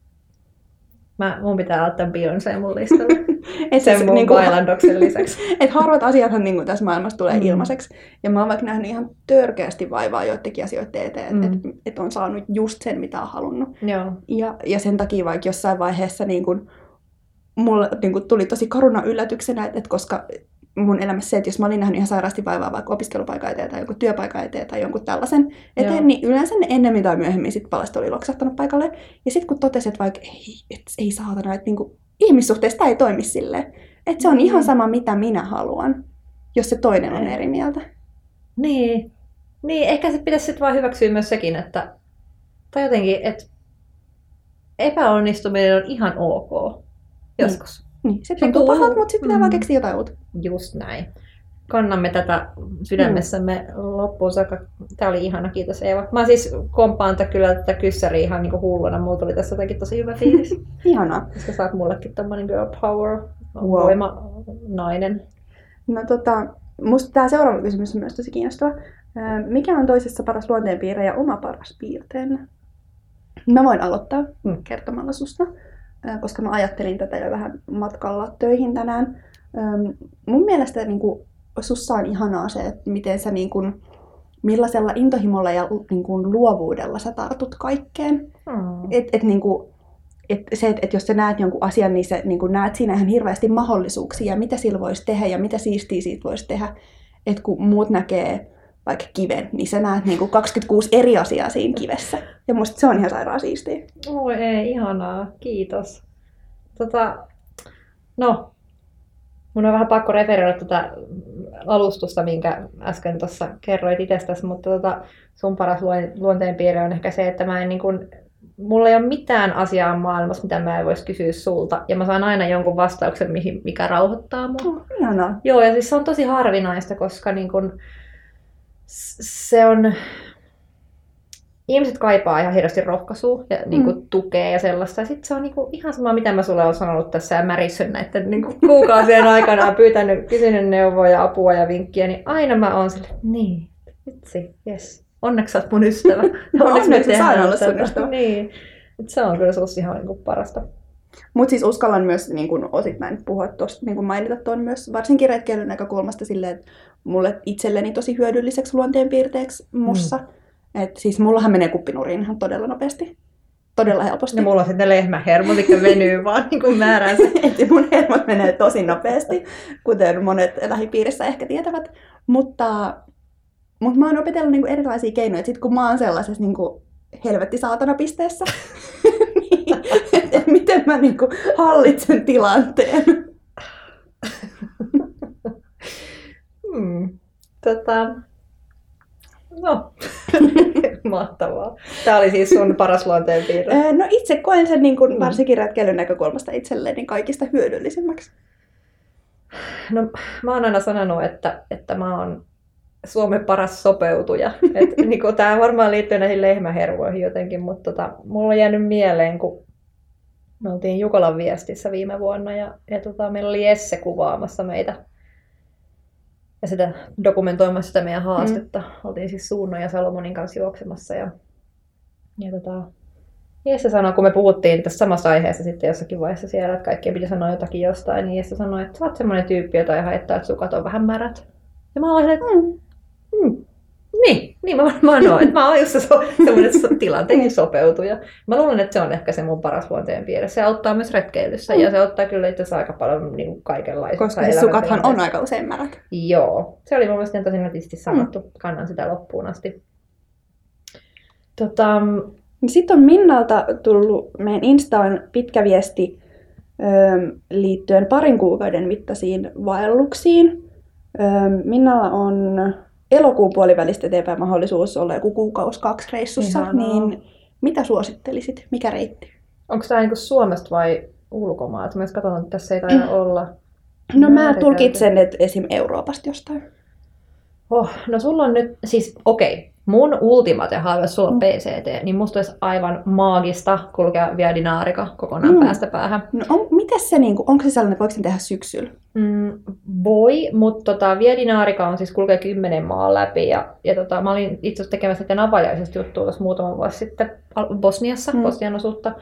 Mun pitää ottaa Beyoncé mun listalle. Sen mun bailandoksen lisäksi. Et harvat asiathan tässä maailmassa tulee ilmaiseksi. Ja mä oon vaikka nähnyt ihan törkeästi vaivaa joidenkin asioiden eteen, että on saanut just sen, mitä on halunnut. Joo. Ja sen takia vaikka jossain vaiheessa mulle tuli tosi karuna yllätyksenä, että koska mun elämässä se, että jos mä olin nähnyt ihan sairaasti vaivaa vaikka opiskelupaikan eteen tai jonkun työpaikan eteen tai jonkun tällaisen eteen, niin yleensä ne ennemmin tai myöhemmin sit palasta oli loksahtanut paikalle. Ja sitten kun totesin, että vaikka ei saatana, että ihmissuhteista ei toimi silleen, että se on ihan sama mitä minä haluan, jos se toinen on eri mieltä. Niin, ehkä se pitäisi sitten vaan hyväksyä myös sekin, että tai jotenkin, että epäonnistuminen on ihan ok joskus. Niin, se tuntuu pahalta, mutta sitten pitää vaan keksiä jotain uutta. Just näin. Kannamme tätä sydämessämme loppuun saakka. Tämä oli ihana, kiitos Eeva. Mä siis komppaan kyllä tätä kyssäriä ihan hulluna. Mulla tuli tässä jotenkin tosi hyvä fiilis. Ihanaa. Koska sä oot mullekin tommonen girl power, voima nainen. No musta tää seuraava kysymys on myös tosi kiinnostava. Mikä on toisessa paras luonteenpiirre ja oma paras piirteenne? Mä voin aloittaa kertomalla susta, koska mä ajattelin tätä jo vähän matkalla töihin tänään. Mun mielestä niin kuin, sussa on ihanaa se, että miten sä niin kuin, millaisella intohimolla ja niin kuin, luovuudella sä tartut kaikkeen. Et jos sä näet jonkun asian, niin sä niin kun näet siinä ihan hirveästi mahdollisuuksia, mitä sillä voisi tehdä ja mitä siistiä siitä voisi tehdä. Et kun muut näkee vaikka kiven, niin sä näet niin 26 eri asiaa siinä kivessä. Ja musta se on ihan sairaan siistiä. Oi ei, ihanaa. Kiitos. No, mun on vähän pakko referoida tätä alustusta, minkä äsken tuossa kerroit itsestäsi, mutta sun paras luonteenpiirre on ehkä se, että mä en niin kun, mulla ei ole mitään asiaa maailmassa, mitä mä en voisi kysyä sulta. Ja mä saan aina jonkun vastauksen, mikä rauhoittaa mua. Ihanaa. Joo, ja siis se on tosi harvinaista, koska niin kun, se on... Ihmiset kaipaa ihan hirveästi rohkaisua ja niin tukea ja sellaista. Ja sitten se on niin ihan sama, mitä mä sulle olen sanonut tässä ja märissyt näiden niin kuukausien aikana ja kysynyt neuvoa ja apua ja vinkkiä, niin aina mä oon silleen, niin, vitsi, jes. Onneksi sä oot mun ystävä. Onneksi saan olla sun ystävä. Niin. Se on kyllä susta ihan niin parasta. Mutta siis uskallan myös niin kun osittain puhua tuosta, niin mainita tuon myös varsinkin retkeilyn näkökulmasta silleen, että mulle itselleni tosi hyödylliseksi luonteenpiirteeksi mussa. Et siis mullahan menee kuppinuriin ihan todella nopeasti. Todella helposti. Ja mulla on sitten lehmähermot, mikä venyy vaan niin kuin määränsä. Mun hermot menee tosi nopeasti, kuten monet lähipiirissä ehkä tietävät. Mutta mä oon opetellut niin kuin erilaisia keinoja. Et sit kun mä oon sellaisessa niin kuin helvetti saatana pisteessä, niin, et miten mä niin kuin hallitsen tilanteen. No, mahtavaa. Tämä oli siis sun paras luonteenpiirre. No itse koen sen niin kuin varsinkin retkeilyn näkökulmasta itselleni kaikista hyödyllisimmäksi. No mä oon aina sanonut, että mä oon Suomen paras sopeutuja. Niin tämä varmaan liittyy näihin lehmähervoihin jotenkin, mutta mulla on jäänyt mieleen, kun me oltiin Jukolan viestissä viime vuonna ja meillä oli Jesse kuvaamassa meitä. Ja sitä dokumentoimassa sitä meidän haastetta. Oltiin siis Suunno ja Salomonin kanssa juoksemassa. Ja Jesse sanoi, kun me puhuttiin tästä samassa aiheessa sitten jossakin vaiheessa siellä, että kaikkien piti sanoa jotakin jostain, niin Jesse sanoi, että sä oot semmoinen tyyppi, jota ei haittaa, että sukat on vähän märät. Ja mä olin, että niin mä varmaan oon. Että mä oon just semmoinen tilanteen sopeutuja. Mä luulen, että se on ehkä se mun paras luonteenpiirre. Se auttaa myös retkeilyssä ja se auttaa kyllä itse asiassa aika paljon niin kaikenlaista. Koska siis sukathan on aika usein märät. Joo, se oli mun mielestä tosi nätisti sanottu. Kannan sitä loppuun asti. Sitten on Minnalta tullut meidän Instaan pitkä viesti liittyen parin kuukauden mittaisiin vaelluksiin. Minnalla on elokuun puolivälistä eteenpäin mahdollisuus olla joku kuukausi 2 reissussa. Ihanaa. Niin mitä suosittelisit? Mikä reitti? Onko tämä niinku Suomesta vai ulkomailta? Mä katson, että tässä ei taida olla. No mä tulkitsen, että esim. Euroopasta jostain. No sulla on nyt, siis okei. Mun ultimate haave, jos sulla on PCT, niin musta olisi aivan maagista kulkea Via Dinarica kokonaan päästä päähän. No mitäs se, onko se sellainen, voiko sen tehdä syksyllä? Voi, mutta Via Dinarica on siis kulkee 10 maan läpi. Ja mä olin itse asiassa tekemässä sitten avajaisesta juttua tuossa muutama vuosi sitten Bosniassa, Bosnian osuutta.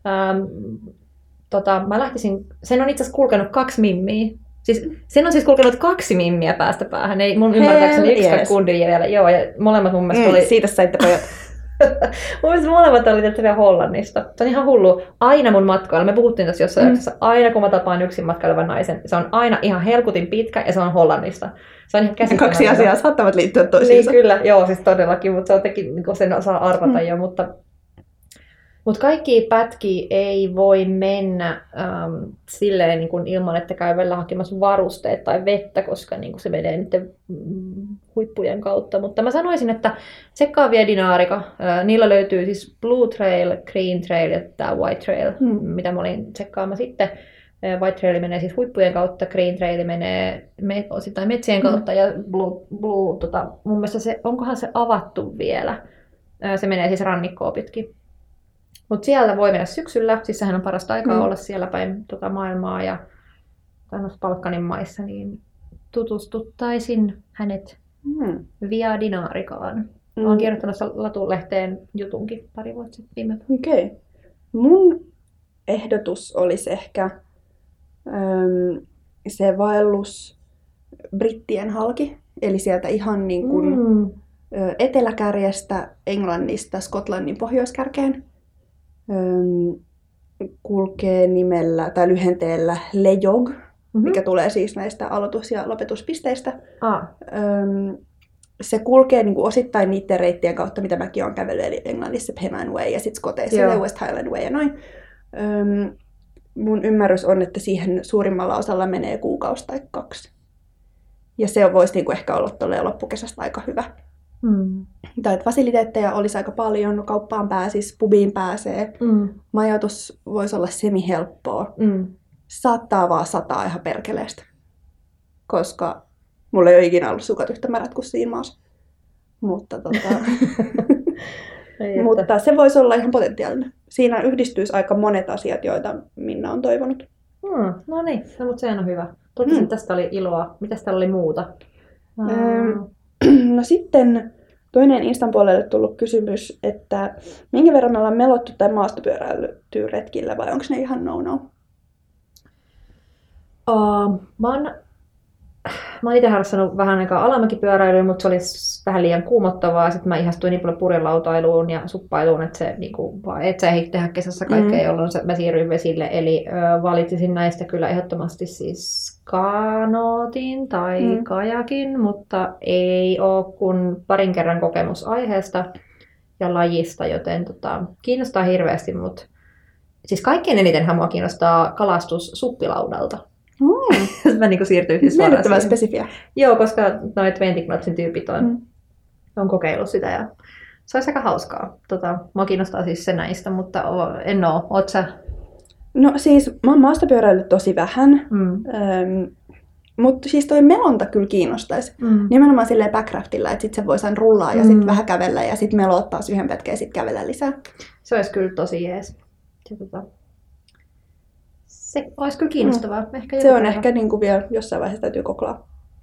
Mä lähtisin, sen on itse asiassa kulkenut 2 mimmiä. Siis, sen on siis kulkenut 2 mimmiä päästä päähän. Ei mun ymmärtääkseni 1 kundia vielä. Joo, ja molemmat mun mielestä oli... Siitä saitte pojat. Mun mielestä molemmat oli vielä Hollannista. Se on ihan hullu. Aina mun matkoilla, me puhuttiin tässä jossain jaksossa, aina kun mä tapaan yksin matkailevan naisen, se on aina ihan helkutin pitkä ja se on Hollannista. Se on ihan käsittämätöntä. 2 asiaa saattavat liittyä toisiinsa. Niin kyllä, joo, siis todellakin, mutta se on tekin, niin sen osaa arvata jo, mutta kaikkia pätkiä ei voi mennä silleen niin kuin ilman, että käy vielä hakemassa varusteet tai vettä, koska niin kuin se menee niiden huippujen kautta. Mutta mä sanoisin, että tsekkaa Via Dinarica. Niillä löytyy siis Blue Trail, Green Trail ja tämä White Trail, mitä mä olin tsekkaama sitten. White Trail menee siis huippujen kautta, Green Trail menee osittain metsien kautta ja Blue mun mielestä onkohan se avattu vielä. Se menee siis rannikkoa pitkin. Mutta siellä voi mennä syksyllä, siis sehän on parasta aikaa olla siellä päin maailmaa ja Balkanin maissa, niin tutustuttaisin hänet Via Dinaricaan. Olen kirjoittanut Latulehteen jutunkin pari vuotta sitten viime vuonna. Okei. Mun ehdotus olisi ehkä se vaellus Brittien halki. Eli sieltä ihan niin kuin eteläkärjestä Englannista Skotlannin pohjoiskärkeen. Kulkee nimellä tai lyhenteellä Lejog, mikä tulee siis näistä aloitus- ja lopetuspisteistä. Se kulkee niin kuin osittain niiden reittien kautta, mitä mäkin olen kävellyt, eli Englannissa Pennine Way ja sitten Skoteissa West Highland Way ja noin. Mun ymmärrys on, että siihen suurimmalla osalla menee kuukausi tai 2. Ja se voisi niin kuin ehkä olla loppukesästä aika hyvä. Tai että fasiliteetteja olisi aika paljon, kauppaan pääsisi, pubiin pääsee. Majoitus voisi olla semi-helppoa. Saattaa vaan sataa ihan perkeleestä. Koska mulla ei ole ikinä ollut sukat yhtä märät kuin siinä maassa. Mutta, mutta se voisi olla ihan potentiaalinen. Siinä yhdistyisi aika monet asiat, joita Minna on toivonut. No niin, mutta se on hyvä. Totesin, että tästä oli iloa. Mitäs täällä oli muuta? No sitten toinen Instan puolelle tullut kysymys, että minkä verran me ollaan melottu tai maastopyöräilty retkillä vai onko ne ihan no-no? Mä oon itse harrastanut vähän aikaa alamäkipyöräilyä, mutta se oli vähän liian kuumottavaa. Sitten mä ihastuin niin paljon purjelautailuun ja suppailuun, että se niinku, et sä ehdi tehdä kesässä kaikkea, jolloin mä siirryin vesille. Eli valitsisin näistä kyllä ehdottomasti siis kanootin tai kajakin, mutta ei ole kuin parin kerran kokemus aiheesta ja lajista, joten kiinnostaa hirveästi. Mutta siis kaikkein enitenhän mua kiinnostaa kalastus suppilaudalta. Mä niin siirtyin siis suoraan siihen. Spesifiä. Joo, koska noi 20 Knotsin tyypit on kokeillut sitä ja se olisi aika hauskaa. Mua kiinnostaa siis se näistä, mutta en oo. Oot sä? No siis mä oon maastopyöräillyt tosi vähän, mutta siis toi melonta kyllä kiinnostaisi. Nimenomaan silleen backraftilla, että sit se voisi rullaa ja sitten vähän kävellä ja sitten melot taas yhden pätkän ja sitten kävellä lisää. Se olisi kyllä tosi jees. Se olisi kyllä kiinnostavaa. Ehkä se on ehkä niin kuin vielä jossain vaiheessa täytyy koklaa.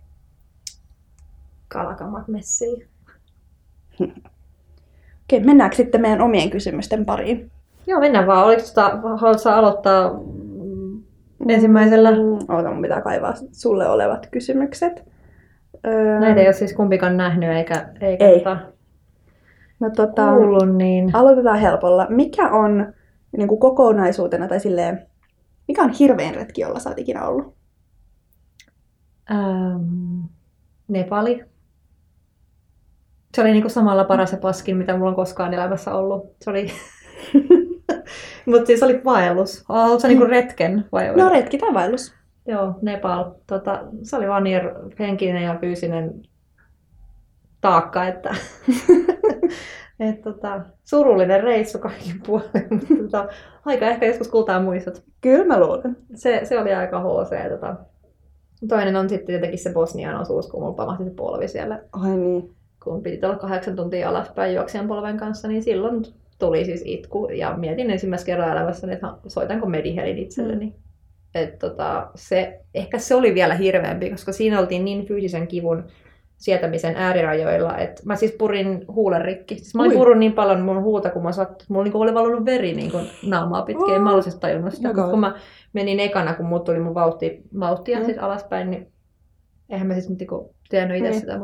Kalakamat messiin. Okei, mennäänkö sitten meidän omien kysymysten pariin? Joo, mennään vaan. Haluatko aloittaa ensimmäisellä? Mun pitää kaivaa sulle olevat kysymykset. Näitä ei ole siis kumpikaan nähnyt eikä No, kuullut. Niin... Aloitetaan helpolla. Mikä on niin kuin kokonaisuutena tai silleen, mikä on hirvein retki, jolla sä oot ikinä ollut? Nepali. Se oli niinku samalla paras ja paskin, mitä mulla on koskaan elämässä ollut. Se oli... Mutta siis oli vaellus. Haluatko sä niinku retken? Vai... No retki tai vaellus. Joo, Nepal. Se oli vaan niin henkinen ja fyysinen taakka, että... surullinen reissu kaikin puolin, mutta aika ehkä joskus kultaa muistot. Kyllä mä luulen. Se oli aika HC. Toinen on sitten jotenkin se Bosnian osuus, kun mulla pamahti se polvi siellä. Ai niin. Kun piti olla 8 tuntia alaspäin juoksijan polven kanssa, niin silloin tuli siis itku. Ja mietin ensimmäistä kerran elämässäni, että soitanko Medihelin itselleni. Ehkä se oli vielä hirveämpi, koska siinä oltiin niin fyysisen kivun sietämisen äärirajoilla, että mä siis purin huulen rikki. Siis mä olin purun niin paljon mun huuta, kun mä sattuin. Mulla oli valunut veri niin naamaa pitkin. En mä ollut siis tajunnut sitä. Kun mä menin ekana, kun mut tuli mun vauhtia siis alaspäin, niin eihän mä siis nyt tiennyt itse sitä.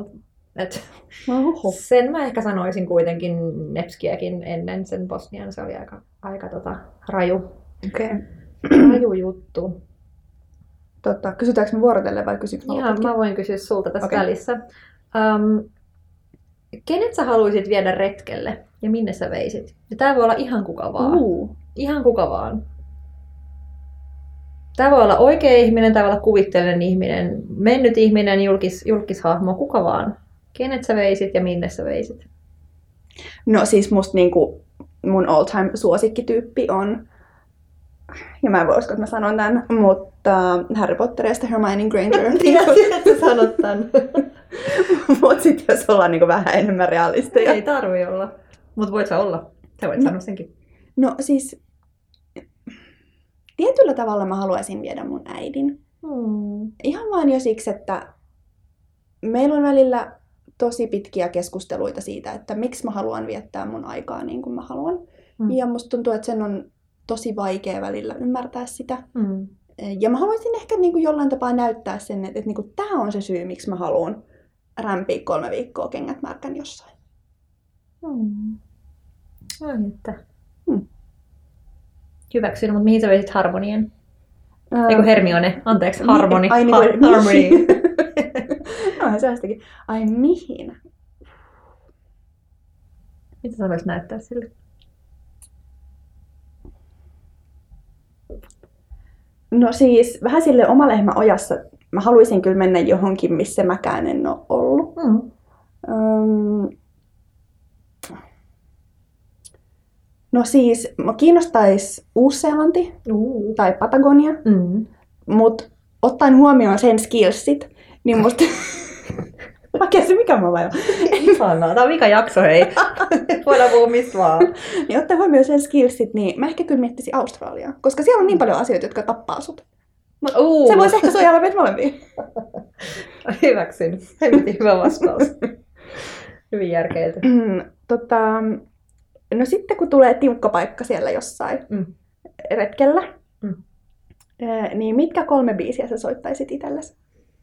Sen mä ehkä sanoisin kuitenkin Nepskiäkin ennen sen Bosnian. Se oli aika raju. Raju juttu. Kysytäänkö me vuorotellen vai kysytkö mä ihan, mä voin kysyä sulta tässä välissä. Kenet sä haluaisit viedä retkelle ja minne sä veisit? Ja tää voi olla ihan kuka vaan. Ihan kuka vaan. Tää voi olla oikea ihminen, tää voi olla kuvitteellinen ihminen, mennyt ihminen, julkishahmo, kuka vaan. Kenet sä veisit ja minne sä veisit? No siis musta niinku mun all time suosikkityyppi on, ja mä en voi uskoa, että mä sanon tän, mutta Harry Potterista Hermione Granger. Tiedätkö, että sä sanot tän. Mut sit jos ollaan niinku vähän enemmän realisteja. Ei tarvi olla. Mut voit sä olla. Sä voit sanoa senkin. No siis, tietyllä tavalla mä haluaisin viedä mun äidin. Ihan vaan jo siksi, että meillä on välillä tosi pitkiä keskusteluita siitä, että miksi mä haluan viettää mun aikaa niin kuin mä haluan. Ja musta tuntuu, että sen on tosi vaikea välillä ymmärtää sitä. Ja mä haluaisin ehkä niin kuin jollain tapaa näyttää sen, että niin kuin tämä on se syy, miksi mä haluan rämpiä 3 viikkoa kengät märkän jossain. Ai että. Hyväksyn, mutta mihin sä veisit Harmonien? Eiku Hermione, anteeksi, Harmony. Ai niin kuin, Harmony. No, säästäkin. Ai mihin? Mitä sä voisit näyttää sille? No siis vähän sille oma lehmä ojassa. Mä haluaisin kyllä mennä johonkin, missä mäkään en ole ollut. No siis, mä kiinnostaisi Uusi-Seelanti tai Patagonia, mutta ottaen huomioon sen skillsit, niin musta... Mä käsin, mikä mä vain. Ihanaa, tää on vika jakso, hei. Voidaan puhua mistä vaan. Niin ottaen huomioon sen skillsit, niin mä ehkä kyllä miettisin Australiaa, koska siellä on niin paljon asioita, jotka tappaa sut. Se voisi ehkä suojella meitä molempia. Hyväksyn. Hemmetin hyvä vastaus. Hyvin järkeilty. No sitten kun tulee tiukka paikka siellä jossain retkellä, niin mitkä 3 biisiä sä soittaisit itsellesi?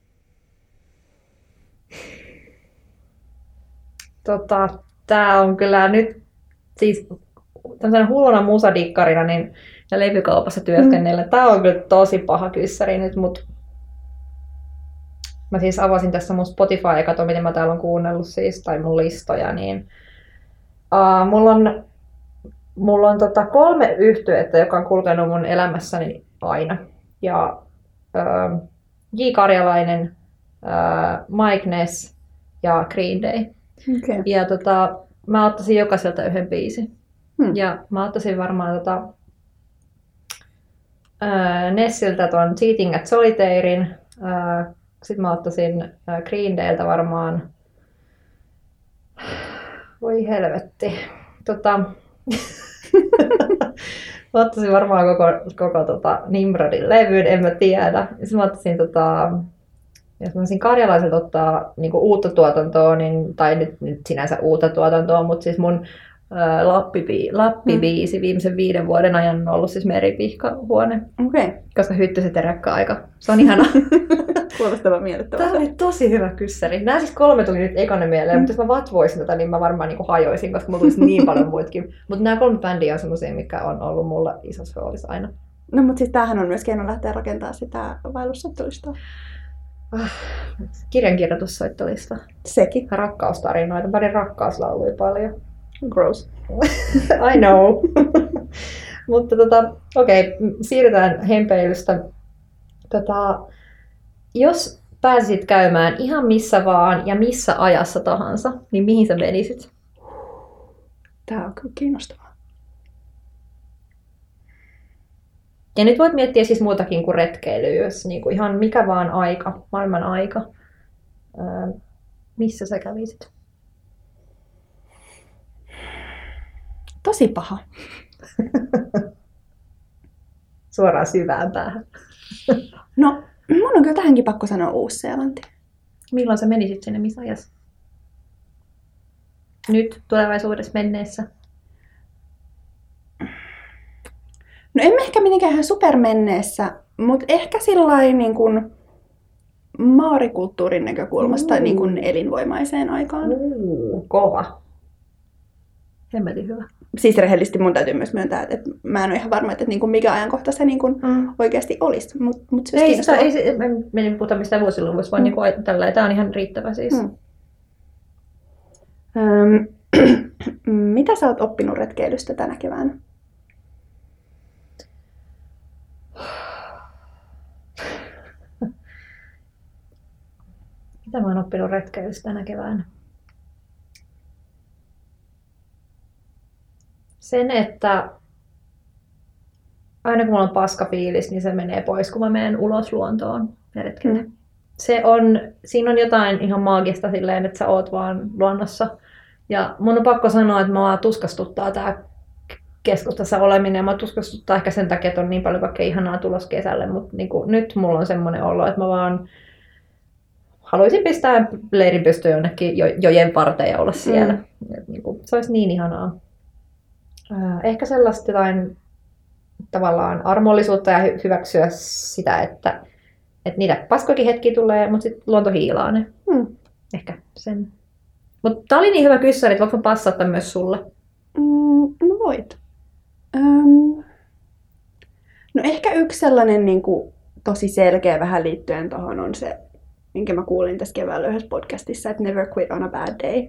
Tää on kyllä nyt siis tämmöisenä hulluna musadikkarina niin, ja levykaupassa työskennellä. Tää on kyllä tosi paha kyssäri nyt, mut mä siis avasin tässä mun Spotify ja katsoin, miten mä täällä on kuunnellut siis, tai mun listoja, niin mulla on 3 yhtyettä, joka on kulkenut mun elämässäni aina. Ja J. Karjalainen, Mike Ness ja Green Day. Okay. Ja mä ottaisin jokaiselta yhden biisin. Ja mä ottaisin varmaan Nessiltä ton Cheating at Solitairen. Sitten mä ottaisin Green Dayltä varmaan... Voi helvetti. Mä ottaisin varmaan koko Nimrodin levyn, en mä tiedä. Sitten mä ottaisin jos mä olisin Karjalaiselta ottaa niinku uutta tuotantoa, niin, tai nyt sinänsä uutta tuotantoa, mutta siis mun Lappi-biisi viimeisen 5 vuoden ajan on ollut siis Meripihkahuone. Okay. Koska hyttyset ja rekka-aika. Se on ihana. Kuulostava miellyttävää. Tämä oli tosi hyvä kyssäri. Nämä siis 3 tuli nyt ekana mieleen, mutta jos mä vatvoisin tätä, niin mä varmaan niinku hajoisin, koska mulla tulisi niin paljon muitakin. Mutta nämä 3 bändiä on semmoisia, mikä on ollut mulla isossa roolissa aina. No mutta siis tämähän on myös keino lähteä rakentamaan sitä vaellussoittolistaa. Kirjankirjoitussoittolista. Sekin. Rakkaustarinoita. Paljon rakkauslauluja paljon. Gross. I know. Mutta okei, siirrytään hempeilystä. Jos pääsisit käymään ihan missä vaan ja missä ajassa tahansa, niin mihin sä menisit? Tää on kyllä kiinnostavaa. Ja nyt voit miettiä siis muutakin kuin retkeilyä, jos niin kuin ihan mikä vaan aika, maailman aika. Missä sä kävisit? Tosi paha. Suoraan syvään päähän. No, mun on kyllä tähänkin pakko sanoa Uusi-Seelanti. Milloin sä menisit sinne, missä ajassa? Nyt, tulevaisuudessa, menneessä? No emme ehkä mitenkään ihan supermenneessä, mutta ehkä sillain niin kuin maarikulttuurin näkökulmasta niin kuin elinvoimaiseen aikaan. Kova. Hemmetin hyvä. Siis rehellisesti mun täytyy myös myöntää, että mä en ole ihan varma, että niin kuin mikä ajankohta se niin kuin oikeasti olisi. Mut se ei me puhuta mistään vuosiluvuista, vaan niin kuin tällä. Tämä on ihan riittävä siis. Mitä sä oot oppinut retkeilystä tänä keväänä? Mitä mä oon oppinut retkeilystä tänä keväänä? Sen, että aina kun mulla on paskafiilis, niin se menee pois, kun mä menen ulos luontoon retkelle. Siinä on jotain ihan maagista silleen, että sä oot vaan luonnossa. Ja mun on pakko sanoa, että mä tuskastuttaa tää keskustassa oleminen. Mä tuskastuttaa ehkä sen takia, että on niin paljon kaikkea ihanaa tulos kesälle. Mutta niin nyt mulla on semmoinen olo, että mä vaan haluaisin pistää leirin pystyyn jonnekin jojen varteen ja olla siellä. Niin kuin, se olisi niin ihanaa. Ehkä sellaista jotain tavallaan armollisuutta ja hyväksyä sitä, että niitä paskoikin hetki tulee, mutta sitten luonto hiilaa ne. Ehkä sen. Mutta tää oli niin hyvä kyssäri, että voinko passata myös sulle? No voit. No ehkä yksi sellainen niin kuin, tosi selkeä vähän liittyen tuohon on se, minkä mä kuulin tässä keväällä yhdessä podcastissa, että never quit on a bad day.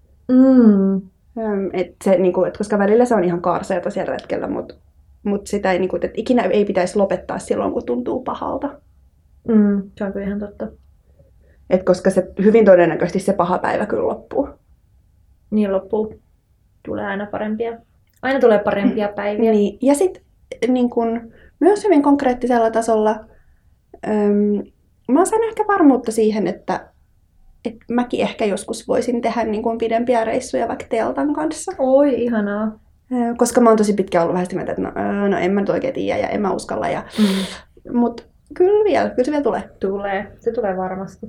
Koska välillä se on ihan kaarseeta siellä retkellä, mutta sitä ei, niin kuin, että ikinä ei pitäisi lopettaa silloin, kun tuntuu pahalta. Se on kyllä ihan totta. Koska se hyvin todennäköisesti se paha päivä kyllä loppuu. Niin loppuu. Tulee aina parempia. Aina tulee parempia päiviä. Niin. Ja sitten niin kun, myös hyvin konkreettisella tasolla mä saan ehkä varmuutta siihen, että mäkin ehkä joskus voisin tehdä niin kun pidempiä reissuja vaikka teltan kanssa. Oi, ihanaa. Koska mä oon tosi pitkään ollut vähän sitä mieltä, että no en mä nyt oikein tiedä ja en mä uskalla. Mutta kyllä se vielä tulee. Se tulee varmasti.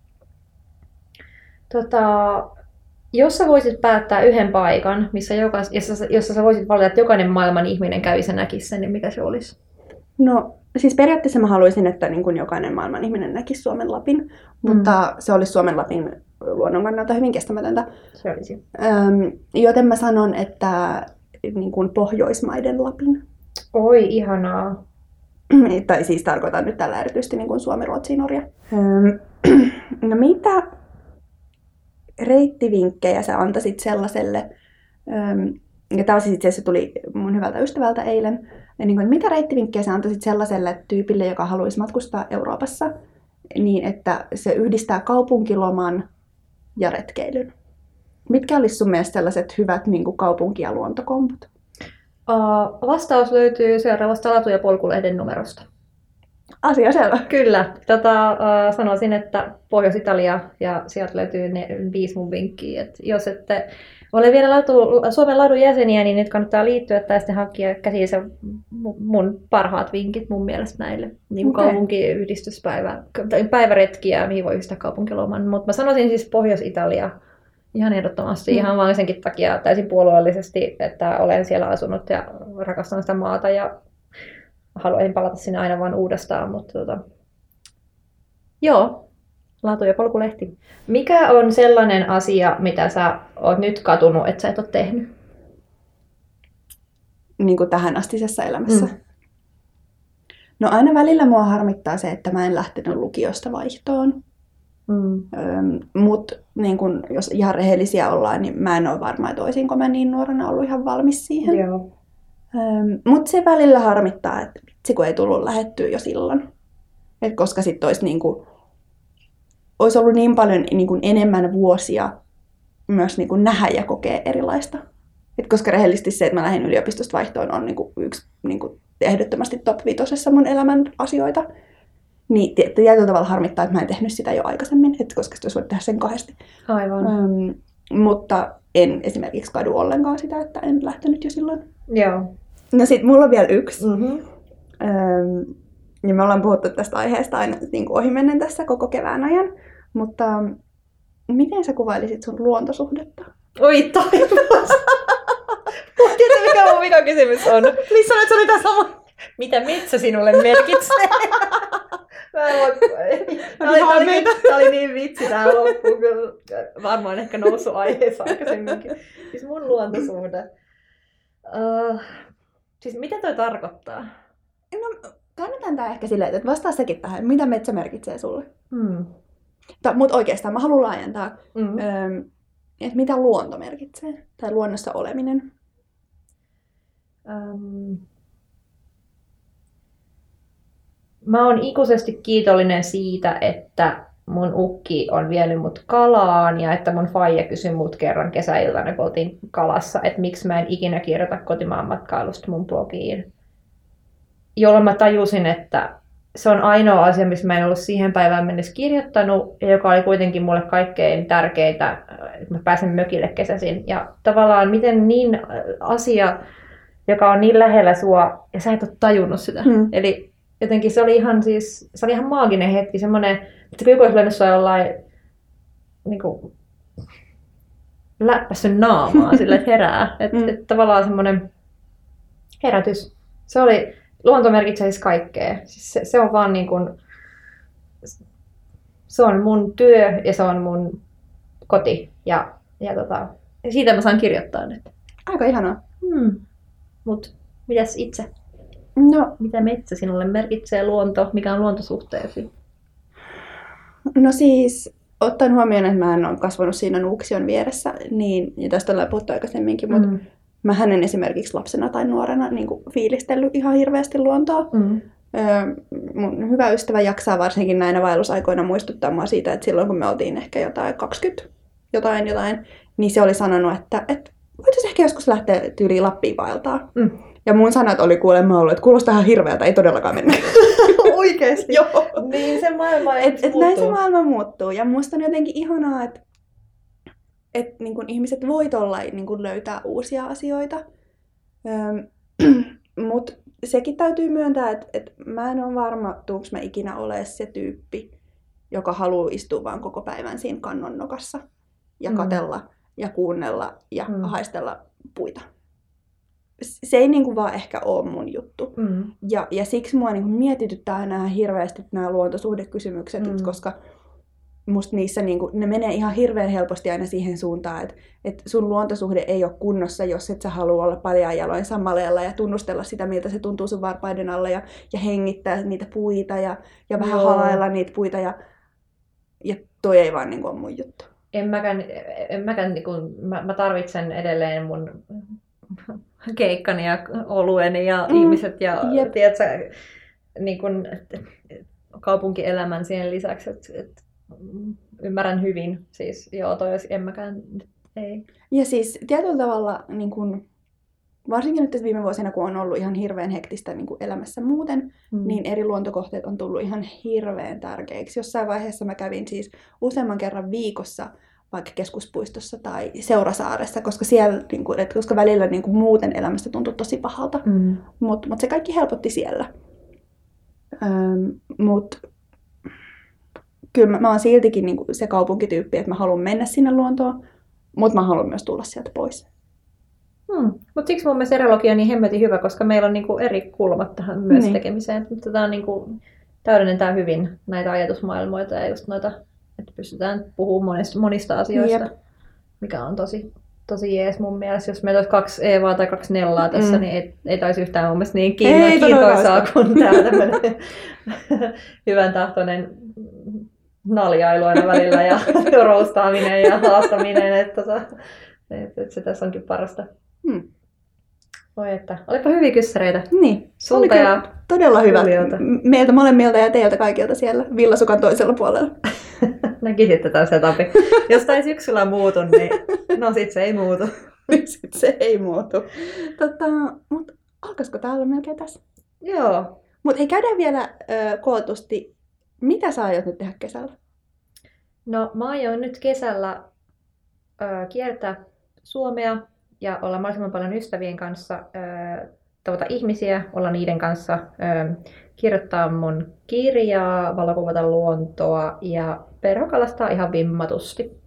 Jos sä voisit päättää yhden paikan, jossa sä voisit valita, että jokainen maailman ihminen kävisi ja näkisi sen, niin mikä se olisi? No, siis periaatteessa mä haluaisin, että niin kuin jokainen maailman ihminen näkisi Suomen Lapin, mutta se olisi Suomen Lapin luonnon kannalta hyvin kestämätöntä. Se olisi. Joten mä sanon, että niin kuin Pohjoismaiden Lapin. Oi, ihanaa. Tai siis tarkoitan nyt tällä erityisesti niin kuin Suomi, Ruotsi, Norja. No mitä reittivinkkejä sä antaisit sellaiselle, ja tämä siis itse asiassa tuli mun hyvältä ystävältä eilen, niin kuin, mitä reittivinkkejä sä antaisit sellaiselle tyypille, joka haluaisi matkustaa Euroopassa, niin että se yhdistää kaupunkiloman ja retkeilyn? Mitkä olisi sun mielestä sellaiset hyvät niin kuin kaupunki- ja luontokombot? Vastaus löytyy seuraavasta Latu- ja Polkulehden numerosta. Asia selvä. Kyllä. Sanoisin, että Pohjois-Italia ja sieltä löytyy ne 5 mun vinkkiä. Et jos ette ole vielä Suomen Ladun jäseniä, niin nyt kannattaa liittyä tai sitten hankkia käsiin se mun parhaat vinkit mun mielestä näille. Niin päiväretkiä, mihin voi yhdistää kaupunkiloman. Mutta mä sanoisin siis Pohjois-Italia ihan ehdottomasti, ihan vain senkin takia täysin puolueellisesti, että olen siellä asunut ja rakastan sitä maata ja haluaisin palata sinne aina vaan uudestaan, mutta joo, Latu- ja Polkulehti. Mikä on sellainen asia, mitä sä oot nyt katunut, että sä et ole tehnyt? Niin kuin tähän astisessa elämässä. No aina välillä mua harmittaa se, että mä en lähtenyt lukiosta vaihtoon. Mutta niin kun, jos ihan rehellisiä ollaan, niin mä en ole varma, että olisinko mä niin nuorena ollut ihan valmis siihen. Mutta se välillä harmittaa, että vitsi kun ei tullut lähettyä jo silloin. Koska sitten olisi ollut niin paljon niin kun enemmän vuosia myös niin kun nähdä ja kokea erilaista. Koska rehellisesti se, että mä lähdin yliopistosta vaihtoon, on niin kun yksi niin kun ehdottomasti top 5 mun elämän asioita. Niin tietyllä tavalla harmittaa, että mä en tehnyt sitä jo aikaisemmin, koska sitä olisi voinut tehdä sen 2. Aivan. Mutta en esimerkiksi kadu ollenkaan sitä, että en lähtenyt jo silloin. Joo. No sit mulla on vielä yksi. Ja me ollaan puhuttu tästä aiheesta aina niin kuin ohimennen tässä koko kevään ajan. Mutta miten sä kuvailisit sun luontosuhdetta? Oi taivas! Tiedätkö mikä mun vikakysymys on? Missä olet, se oli tää sama? Mitä metsä sinulle merkitsee? Tämä oli niin vitsi tähän loppuun, kyllä varmaan ehkä noussut aiheessa aikaisemminkin. Siis mun luontosuhde. Siis mitä toi tarkoittaa? No, kannataan tää ehkä silleen, että vastaa sekin tähän. Mitä metsä merkitsee sulle? Mutta oikeastaan mä haluan laajentaa, että mitä luonto merkitsee? Tai luonnossa oleminen? Mä oon ikuisesti kiitollinen siitä, että mun ukki on vienyt mut kalaan ja että mun faija kysyi mut kerran kesäiltana, kun oltiin kalassa, että miksi mä en ikinä kirjoita kotimaan matkailusta mun blogiin. Jolloin mä tajusin, että se on ainoa asia, missä mä en ollut siihen päivään mennessä kirjoittanut ja joka oli kuitenkin mulle kaikkein tärkeintä, että mä pääsen mökille kesäisin. Ja tavallaan miten niin asia, joka on niin lähellä sua ja sä et ole tajunnut sitä. Eli jotenkin se oli ihan maaginen hetki, semmoinen, että joku olisi löynyt sua jollain niinku läppässyt naamaa sille, että herää. Että tavallaan semmoinen herätys. Luonto merkitsee siis kaikkea. Siis se on vaan niin kuin, se on mun työ ja se on mun koti. Ja siitä mä saan kirjoittaa nyt. Aika ihanaa. Mut mitäs itse? No, mitä metsä sinulle merkitsee, luonto? Mikä on luontosuhteesi? No siis, ottaen huomioon, että mä en ole kasvanut siinä Nuuksion vieressä, niin, ja tästä ollaan puhuttu aikaisemminkin, mutta mähän en esimerkiksi lapsena tai nuorena niin kuin fiilistellyt ihan hirveästi luontoa. Mun hyvä ystävä jaksaa varsinkin näinä vaellusaikoina muistuttaa mua siitä, että silloin kun me oltiin ehkä jotain 20, jotain, niin se oli sanonut, että voitaisiin ehkä joskus lähteä tyyliin Lappiin vaeltaa. Ja mun sanat oli kuulemma ollut, että kuulostaa ihan hirveältä, ei todellakaan mennä. Oikeesti? Joo. Niin se maailma muuttuu. Näin se maailma muuttuu. Ja musta on jotenkin ihanaa, että niin kun ihmiset voi niin kun löytää uusia asioita. Mutta sekin täytyy myöntää, että mä en ole varma, tuunko mä ikinä ole se tyyppi, joka haluaa istua vaan koko päivän siinä kannon nokassa ja katsella ja kuunnella ja haistella puita. Se ei niinku vaan ehkä ole mun juttu. Ja siksi mua niinku mietityttää nämä hirveästi nämä luontosuhdekysymykset, koska musta niissä niinku, ne menee ihan hirveän helposti aina siihen suuntaan, että sun luontosuhde ei ole kunnossa, jos et sä halua olla paljaan jaloin samaleella ja tunnustella sitä, miltä se tuntuu sun varpaiden alla ja hengittää niitä puita ja vähän halailla niitä puita ja toi ei vaan niinku ole mun juttu. En mäkään niinku, mä tarvitsen edelleen mun keikkani ja olueni ja ihmiset ja tiedätkö, niin kun, kaupunkielämän siihen lisäksi, että ymmärrän hyvin. Siis joo, en mäkään, ei. Ja siis tietyllä tavalla, niin kun, varsinkin nyt viime vuosina, kun on ollut ihan hirveän hektistä niin kun elämässä muuten, niin eri luontokohteet on tullut ihan hirveän tärkeiksi. Jossain vaiheessa mä kävin siis useamman kerran viikossa vaikka keskuspuistossa tai Seurasaaressa, koska siellä, niin kun, koska välillä niin kun muuten elämästä tuntui tosi pahalta. Mut se kaikki helpotti siellä. Mut kyllä mä oon siltikin niin kuin se kaupunkityyppi, että mä haluan mennä sinne luontoon, mutta mä haluan myös tulla sieltä pois. Mutta siksi mun mielestä erilogia on niin hemmetin hyvä, koska meillä on niinku eri kulmat tähän myös tekemiseen. Mutta tämä on niinku, täydennetään hyvin näitä ajatusmaailmoita ja just noita, että pystytään puhumaan monista asioista, mikä on tosi jees mun mielestä. Jos meillä olisi 2 Eevaa tai 2 Nellaa tässä, niin ei taisi yhtään mun mielestä niin kiintoisaa kuin tämä tämmöinen hyvän tahtoinen naljailu aina välillä ja roustaaminen ja haastaminen, että se tässä onkin parasta. Voi että, olipa hyviä kyssäreitä. Niin, sulta ja todella hyvä. Meiltä molemmilta ja teiltä kaikilta siellä villasukan toisella puolella. Näkisitte tämän setupin. Jos tämä ei syksyllä muutu, niin no sit se ei muutu. Sit se ei muutu. Mutta alkaisiko tää olla melkein tässä? Joo. Mutta hei, käydään vielä kootusti. Mitä sä aiot nyt tehdä kesällä? No mä aion nyt kesällä kiertää Suomea ja olla mahdollisimman paljon ystävien kanssa, tavata ihmisiä, olla niiden kanssa, kirjoittaa mun kirjaa, valokuvata luontoa ja perhokalastaa ihan vimmatusti.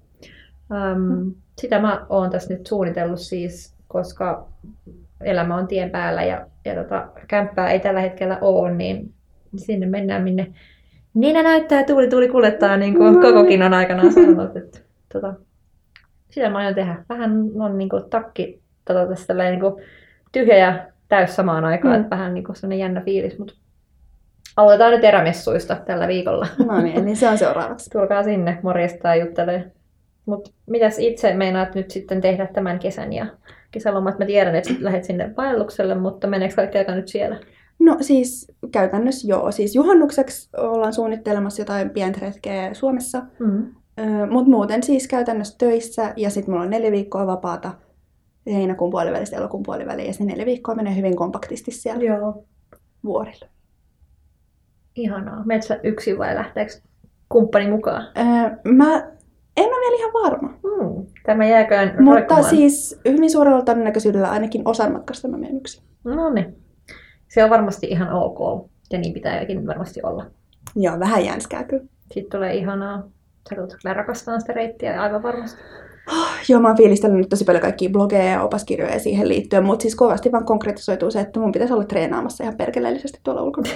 Sitä mä oon tässä nyt suunnitellut siis, koska elämä on tien päällä ja kämppää ei tällä hetkellä ole, niin sinne mennään minne nenä näyttää, tuuli kuljettaa, niin kuin Kokokin on aikanaan sanonut. Että, sitä mä aion tehdä. Vähän on niin kuin takki tästä niin kuin tyhjä ja täys samaan aikaan, että vähän niin kuin sellainen jännä fiilis. Mutta aloitetaan nyt erämessuista tällä viikolla. No niin se on seuraavaksi. Tulkaa sinne, morjesta ja juttelee. Mutta mitäs itse meinaat nyt sitten tehdä tämän kesän ja kesälomat? Mä tiedän, että lähdet sinne vaellukselle, mutta meneekö kaikki aika nyt siellä? No siis käytännössä joo. Siis juhannukseksi ollaan suunnittelemassa jotain pientä retkeä Suomessa. Mutta muuten siis käytännössä töissä ja sitten mulla on 4 viikkoa vapaata heinäkuun puolivälistä elokuun puoliväliin ja se 4 viikkoa menee hyvin kompaktisti siellä vuorilla. Ihanaa. Menet sä yksin vai lähteekö kumppani mukaan? Mä en ole vielä ihan varma. Tämä jääköön Mutta roikkumaan. Siis hyvin suurella todennäköisyydellä ainakin osan matkasta mä menen yksin. No niin. Se on varmasti ihan ok. Ja niin pitääkin varmasti olla. Joo, vähän jänskää kyllä. Sitten tulee ihanaa Sä tulet kyllä rakastamaan sitä reittiä aivan varmasti. Joo, mä oon fiilistellyt nyt tosi paljon kaikkia blogeja ja opaskirjoja siihen liittyen, mutta siis kovasti vaan konkretisoituu se, että mun pitäisi olla treenaamassa ihan perkeleellisesti tuolla ulkona.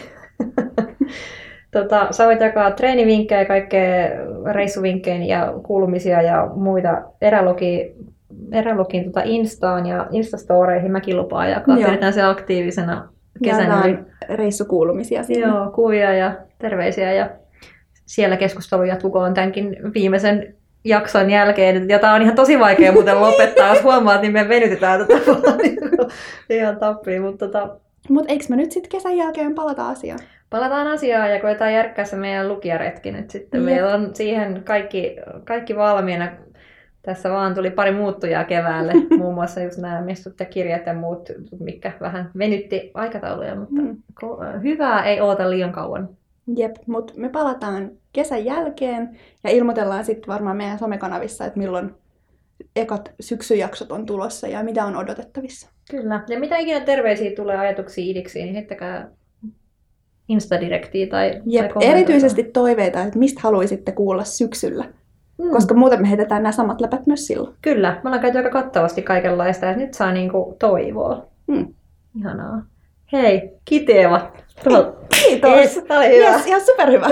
Sä voit jakaa treenivinkkejä, kaikkea reissuvinkkejä ja kuulumisia ja muita erälogin Instaan ja Instastoreihin. Mäkin lupaan jakaa. Pidetään se aktiivisena kesän yli. Reissukuulumisia siinä. Joo, kuvia ja terveisiä. Ja siellä keskustelu jatkukoon tämänkin viimeisen jakson jälkeen. Ja tää on ihan tosi vaikea muuten lopettaa. Jos huomaat, niin me venytetään tätä ihan tappiin. Mutta eikö me nyt sitten kesän jälkeen palata asiaan? Palataan asiaan ja koetaan järkkää se meidän lukijaretki nyt sitten. Meillä on siihen kaikki valmiina. Tässä vaan tuli pari muuttujaa keväälle, muun muassa just nämä messut ja kirjat ja muut, mitkä vähän venytti aikatauluja, mutta hyvää ei oota liian kauan. Jep, mutta me palataan kesän jälkeen ja ilmoitellaan sitten varmaan meidän somekanavissa, että milloin ekat syksyjaksot on tulossa ja mitä on odotettavissa. Kyllä, ja mitä ikinä terveisiä tulee, ajatuksia, idiksiä, niin heittäkää Instadirektiin tai erityisesti toiveita, että mistä haluaisitte kuulla syksyllä. Koska muuten me heitetään nämä samat läpät myös silloin. Kyllä, me ollaan käyty aika kattavasti kaikenlaista ja nyt saa niinku toivoa. Ihanaa. Hei, Kiteeva. Kiitos. Tämä oli hyvä. Yes, ihan superhyvä.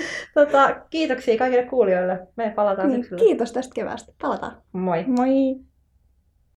Kiitoksia kaikille kuulijoille. Me palataan syksyllä. Kiitos tästä keväästä. Palataan. Moi. Moi.